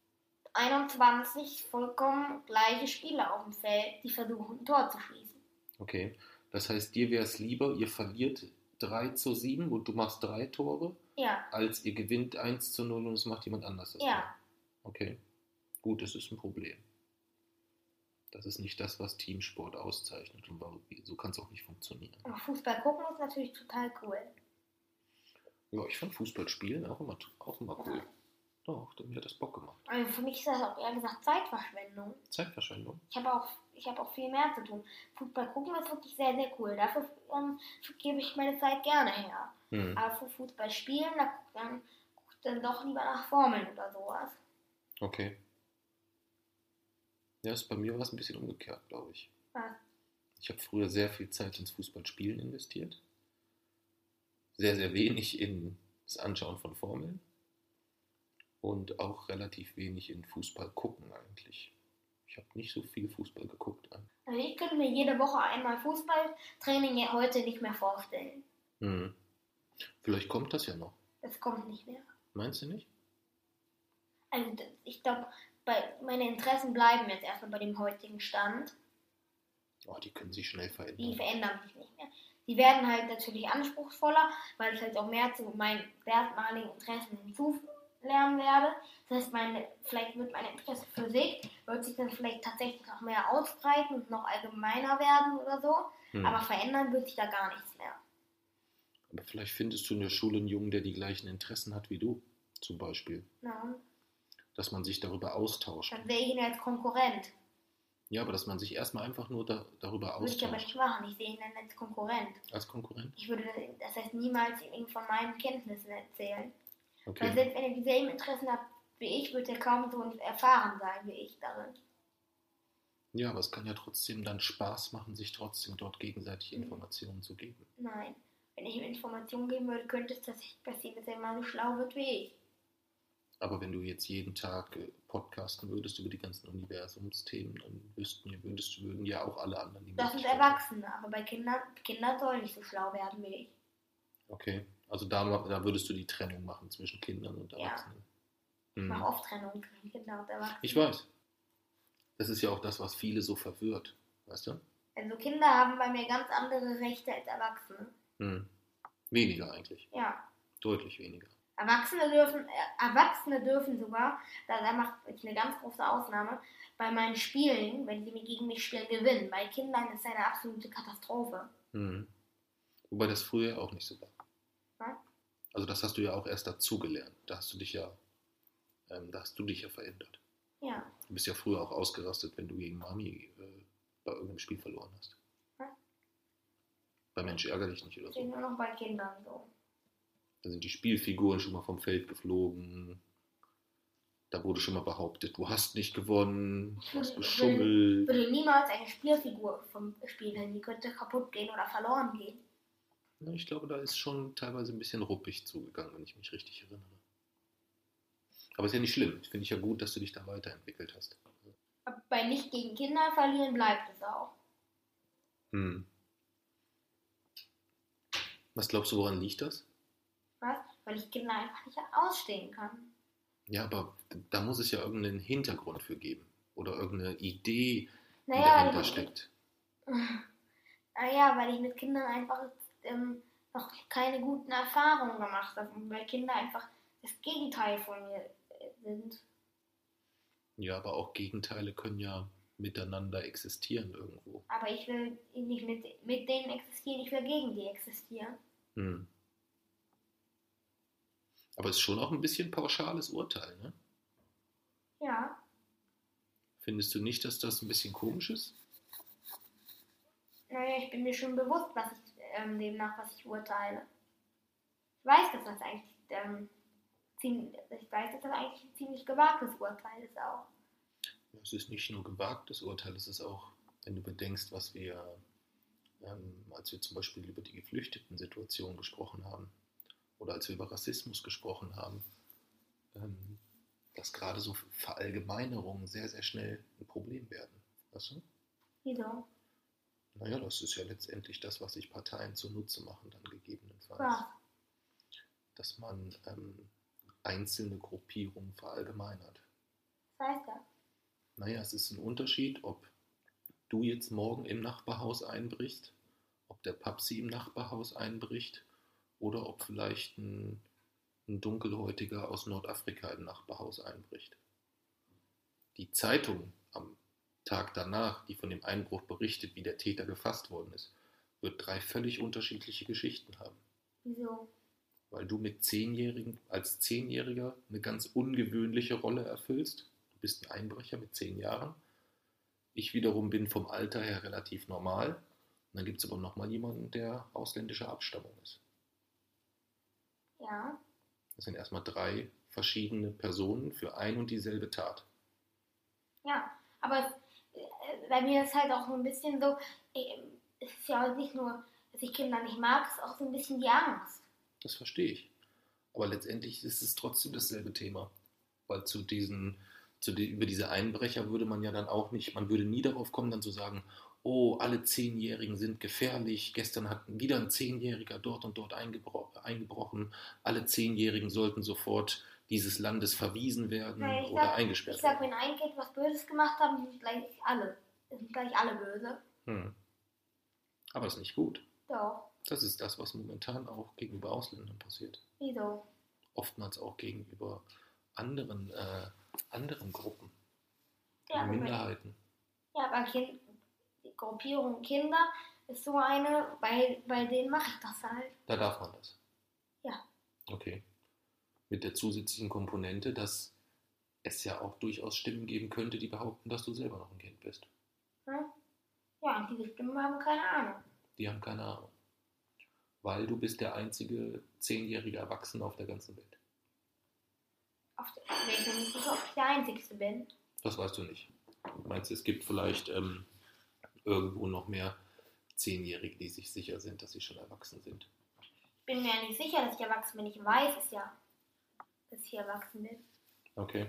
21 vollkommen gleiche Spieler auf dem Feld, die versuchen, ein Tor zu schießen. Okay, das heißt, dir wäre es lieber, ihr verliert 3-7 und du machst 3 Tore, Ja, als ihr gewinnt 1-0 und es macht jemand anders das Tor. ja. Okay, gut, das ist ein Problem. Das ist nicht das, was Teamsport auszeichnet und so kann es auch nicht funktionieren. Aber Fußball gucken ist natürlich total cool. Ja, ich fand Fußball spielen auch immer cool. Doch, mir hat das Bock gemacht. Also für mich ist das auch eher gesagt Zeitverschwendung. Zeitverschwendung? Ich habe auch viel mehr zu tun. Fußball gucken ist wirklich sehr, sehr cool. Dafür gebe ich meine Zeit gerne her. Aber für Fußball spielen, da gucke ich dann doch lieber nach Formeln oder sowas. Okay. Ja, bei mir war es ein bisschen umgekehrt, glaube ich. Was? Ich habe früher sehr viel Zeit ins Fußballspielen investiert. Sehr, sehr wenig in das Anschauen von Formeln. Und auch relativ wenig in Fußball gucken eigentlich. Ich habe nicht so viel Fußball geguckt. Also ich könnte mir jede Woche einmal Fußballtraining heute nicht mehr vorstellen. Vielleicht kommt das ja noch. Das kommt nicht mehr. Meinst du nicht? Also ich glaube, meine Interessen bleiben jetzt erstmal bei dem heutigen Stand. Oh, die können sich schnell verändern. Die verändern sich nicht mehr. Die werden halt natürlich anspruchsvoller, weil ich halt auch mehr zu meinen dermaligen Interessen hinzulernen werde. Das heißt, vielleicht wird mein Interesse für Physik, wird sich dann vielleicht tatsächlich noch mehr ausbreiten und noch allgemeiner werden oder so. Aber verändern wird sich da gar nichts mehr. Aber vielleicht findest du in der Schule einen Jungen, der die gleichen Interessen hat wie du, zum Beispiel. Na, Dass man sich darüber austauscht. dann sehe ich ihn als Konkurrent. Ja, aber dass man sich erstmal einfach nur darüber Würde ich aber austauscht. nicht machen. Ich sehe ihn dann als Konkurrent. Als Konkurrent? Ich würde das heißt niemals ihm von meinen Kenntnissen erzählen. Weil Okay. selbst wenn er dieselben Interessen hat wie ich, wird er kaum so erfahren sein wie ich darin. Ja, aber es kann ja trotzdem dann Spaß machen, sich trotzdem dort gegenseitig Informationen zu geben. Nein. Wenn ich ihm Informationen geben würde, könnte es tatsächlich passieren, dass er mal so schlau wird wie ich. Aber wenn du jetzt jeden Tag podcasten würdest über die ganzen Universumsthemen, dann würden ja auch alle anderen die Das sind Möglichkeit Erwachsene, aber bei Kinder sollen nicht so schlau werden wie ich. haben. Okay, also da würdest du die Trennung machen zwischen Kindern und Ja. Erwachsenen. Ich Hm. mache oft Trennung zwischen Kindern und Erwachsenen. Ich weiß. Das ist ja auch das, was viele so verwirrt. Weißt du? Also Kinder haben bei mir ganz andere Rechte als Erwachsene. Hm. Weniger eigentlich. Ja. Deutlich weniger. Erwachsene dürfen sogar, da mache ich eine ganz große Ausnahme, bei meinen Spielen, wenn sie gegen mich spielen, gewinnen. Bei Kindern ist es eine absolute Katastrophe. Hm. Wobei das früher auch nicht so war. Was? Also das hast du ja auch erst dazugelernt. Da hast du dich ja verändert. Ja. Du bist ja früher auch ausgerastet, wenn du gegen Mami bei irgendeinem Spiel verloren hast. Was? Bei Mensch ärger dich nicht oder Das ist so. nur noch bei Kindern so. Da sind die Spielfiguren schon mal vom Feld geflogen. Da wurde schon mal behauptet, du hast nicht gewonnen, du hast Ich geschummelt. würde niemals eine Spielfigur vom Spiel hin. Die könnte kaputt gehen oder verloren gehen. Na, ich glaube, da ist schon teilweise ein bisschen ruppig zugegangen, wenn ich mich richtig erinnere. Aber ist ja nicht schlimm. Finde ich ja gut, dass du dich da weiterentwickelt hast. Aber bei nicht gegen Kinder verlieren bleibt es auch. Hm. Was glaubst du, woran liegt das? Was? Weil ich Kinder einfach nicht ausstehen kann. Ja, aber da muss es ja irgendeinen Hintergrund für geben. Oder irgendeine Idee, die Naja, dahinter steckt. Naja, weil ich mit Kindern einfach noch keine guten Erfahrungen gemacht habe. Und weil Kinder einfach das Gegenteil von mir sind. Ja, aber auch Gegenteile können ja miteinander existieren irgendwo. Aber ich will nicht mit denen existieren, ich will gegen die existieren. Hm. Aber es ist schon auch ein bisschen pauschales Urteil, ne? Ja. Findest du nicht, dass das ein bisschen komisch ist? Naja, ich bin mir schon bewusst, was ich urteile. Ich weiß, dass das eigentlich ein ziemlich gewagtes Urteil ist auch. Es ist nicht nur gewagtes Urteil, es ist auch, wenn du bedenkst, was wir, als wir zum Beispiel über die Geflüchteten-Situation gesprochen haben oder als wir über Rassismus gesprochen haben, dass gerade so Verallgemeinerungen sehr, sehr schnell ein Problem werden. Weißt du? Wieso? Naja, das ist ja letztendlich das, was sich Parteien zunutze machen, dann gegebenenfalls. Was? Dass man einzelne Gruppierungen verallgemeinert. Was heißt das? Naja, es ist ein Unterschied, ob du jetzt morgen im Nachbarhaus einbrichst, ob der Papsi im Nachbarhaus einbricht oder ob vielleicht ein Dunkelhäutiger aus Nordafrika im Nachbarhaus einbricht. Die Zeitung am Tag danach, die von dem Einbruch berichtet, wie der Täter gefasst worden ist, wird 3 völlig unterschiedliche Geschichten haben. Wieso? Weil du als Zehnjähriger eine ganz ungewöhnliche Rolle erfüllst. Du bist ein Einbrecher mit 10 Jahren. Ich wiederum bin vom Alter her relativ normal. Und dann gibt es aber nochmal jemanden, der ausländischer Abstammung ist. Ja. Das sind erstmal 3 verschiedene Personen für ein und dieselbe Tat. Ja, aber bei mir ist halt auch so ein bisschen so, es ist ja auch nicht nur, dass ich Kinder nicht mag, es ist auch so ein bisschen die Angst. Das verstehe ich. Aber letztendlich ist es trotzdem dasselbe Thema. Weil über diese Einbrecher würde man ja dann auch nicht, man würde nie darauf kommen, dann zu sagen, oh, alle 10-Jährigen sind gefährlich, gestern hat wieder ein 10-Jähriger dort und dort eingebrochen, alle 10-Jährigen sollten sofort dieses Landes verwiesen werden Nein, oder eingesperrt ich sag, werden. wenn ein Kind was Böses gemacht hat, sind gleich alle böse. Aber das ist nicht gut. Doch. Das ist das, was momentan auch gegenüber Ausländern passiert. Wieso? Oftmals auch gegenüber anderen Gruppen, Ja, Minderheiten. Ja, aber die Gruppierung Kinder ist so eine, bei denen mache ich das halt. Da darf man das. Ja. Okay. Mit der zusätzlichen Komponente, dass es ja auch durchaus Stimmen geben könnte, die behaupten, dass du selber noch ein Kind bist. Ja, ja, und diese Stimmen haben keine Ahnung. Die haben keine Ahnung. Weil du bist der einzige 10-jährige Erwachsene auf der ganzen Welt. Wenn ich nicht sicher, ob ich der Einzige bin. Das weißt du nicht. Du meinst, es gibt vielleicht irgendwo noch mehr 10-Jährige, die sich sicher sind, dass sie schon erwachsen sind. Ich bin mir ja nicht sicher, dass ich erwachsen bin. Ich weiß es ja, dass ich erwachsen bin. Okay.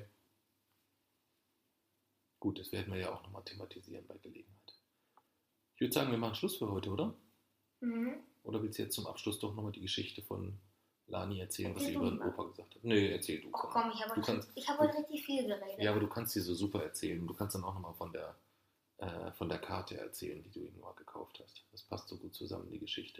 Gut, das werden wir ja auch nochmal thematisieren bei Gelegenheit. Ich würde sagen, wir machen Schluss für heute, oder? Mhm. Oder willst du jetzt zum Abschluss doch nochmal die Geschichte von Lani erzählen, was Erzähl sie du über den mal. Opa gesagt hat? Nee, erzähl du. Oh komm, ich habe heute richtig viel geredet. Ja, aber du kannst sie so super erzählen. Du kannst dann auch nochmal von der Karte erzählen, die du ihm mal gekauft hast. Das passt so gut zusammen, die Geschichte.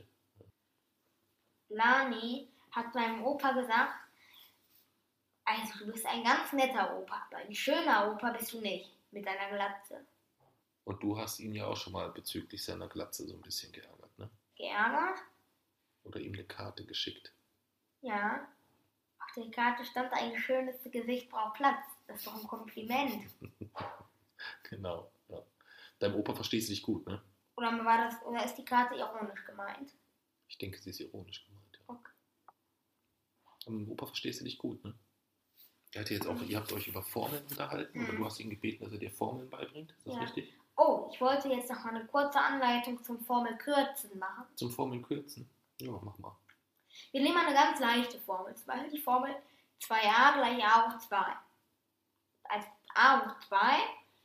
Lani hat meinem Opa gesagt, also du bist ein ganz netter Opa, aber ein schöner Opa bist du nicht, mit deiner Glatze. Und du hast ihn ja auch schon mal bezüglich seiner Glatze so ein bisschen geärgert, ne? Geärgert? Oder ihm eine Karte geschickt. Ja. Auf der Karte stand, ein schönes Gesicht braucht Platz. Das ist doch ein Kompliment. Genau, ja. Deinem Opa verstehst du dich gut, ne? Oder ist die Karte ironisch gemeint? Ich denke, sie ist ironisch gemeint, ja. Okay. Aber mit dem Opa verstehst du dich gut, ne? Ihr habt euch über Formeln unterhalten, oder du hast ihn gebeten, dass er dir Formeln beibringt, ist das richtig? Oh, ich wollte jetzt noch mal eine kurze Anleitung zum Formelkürzen machen. Zum Formeln kürzen? Ja, mach mal. Wir nehmen eine ganz leichte Formel, zum Beispiel die Formel 2a gleich a hoch 2. Also a hoch 2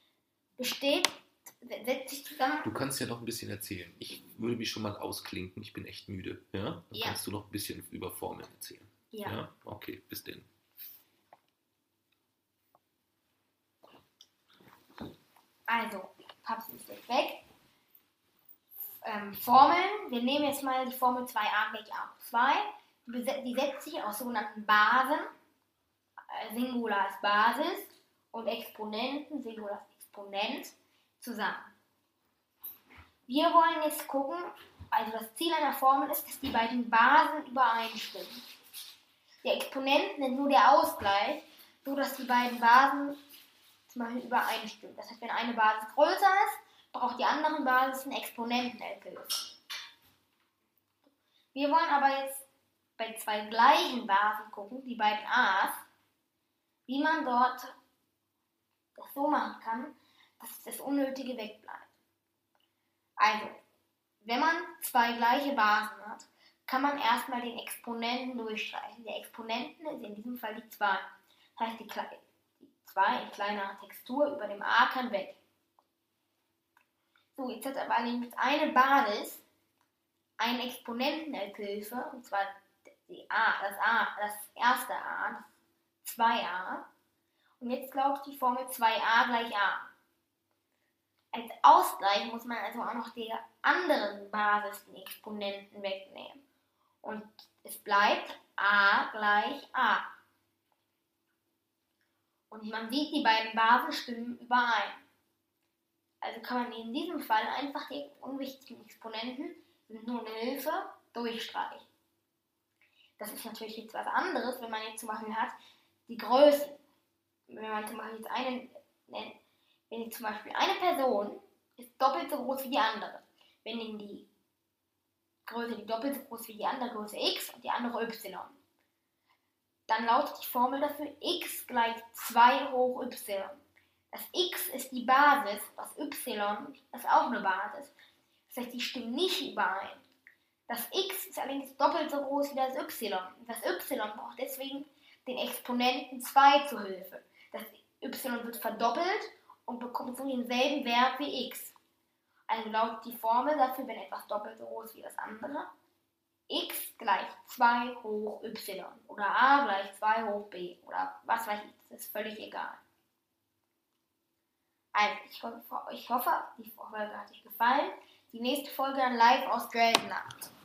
setzt sich zusammen. Du kannst ja noch ein bisschen erzählen. Ich würde mich schon mal ausklinken, ich bin echt müde. Ja? Dann Ja. kannst du noch ein bisschen über Formeln erzählen. Ja. Okay, bis denn. Also, Paps ist jetzt weg. Formeln. Wir nehmen jetzt mal die Formel 2a gleich a hoch 2. Die setzt sich aus sogenannten Basen, Singular ist Basis, und Exponenten, Singular ist Exponent, zusammen. Wir wollen jetzt gucken, also das Ziel einer Formel ist, dass die beiden Basen übereinstimmen. Der Exponent nennt nur der Ausgleich, so dass die beiden Basen zum Beispiel übereinstimmen. Das heißt, wenn eine Basis größer ist, braucht die andere Basis einen Exponenten-Elkhilfe. Wir wollen aber jetzt bei zwei gleichen Basen gucken, die beiden A's, wie man dort das so machen kann, dass das Unnötige wegbleibt. Also, wenn man zwei gleiche Basen hat, kann man erstmal den Exponenten durchstreichen. Der Exponenten ist in diesem Fall die 2. Das heißt, die 2 in kleiner Textur über dem A kann weg. So, jetzt hat aber allerdings eine Basis einen Exponenten-Elkhilfe, und zwar das erste A, das 2a. Und jetzt lautet die Formel 2a gleich a. Als Ausgleich muss man also auch noch der anderen Basis den Exponenten wegnehmen. Und es bleibt a gleich a. Und man sieht, die beiden Basen stimmen überein. Also kann man in diesem Fall einfach die unwichtigen Exponenten, sind nur eine Hilfe, durchstreichen. Das ist natürlich jetzt was anderes, wenn man jetzt zum Beispiel hat, die Größen. Wenn man zum Beispiel jetzt einen nennt, wenn jetzt zum Beispiel eine Person ist doppelt so groß wie die andere. Wenn die Größe die doppelt so groß wie die andere Größe x und die andere y. Dann lautet die Formel dafür x gleich 2 hoch y. Das x ist die Basis, das y ist auch eine Basis. Das heißt, die stimmen nicht überein. Das x ist allerdings doppelt so groß wie das y. Das y braucht deswegen den Exponenten 2 zur Hilfe. Das y wird verdoppelt und bekommt so denselben Wert wie x. Also lautet die Formel dafür, wenn etwas doppelt so groß wie das andere, x gleich 2 hoch y oder a gleich 2 hoch b oder was weiß ich, das ist völlig egal. Also, ich hoffe, die Folge hat euch gefallen. Die nächste Folge dann live aus Gelsenacht.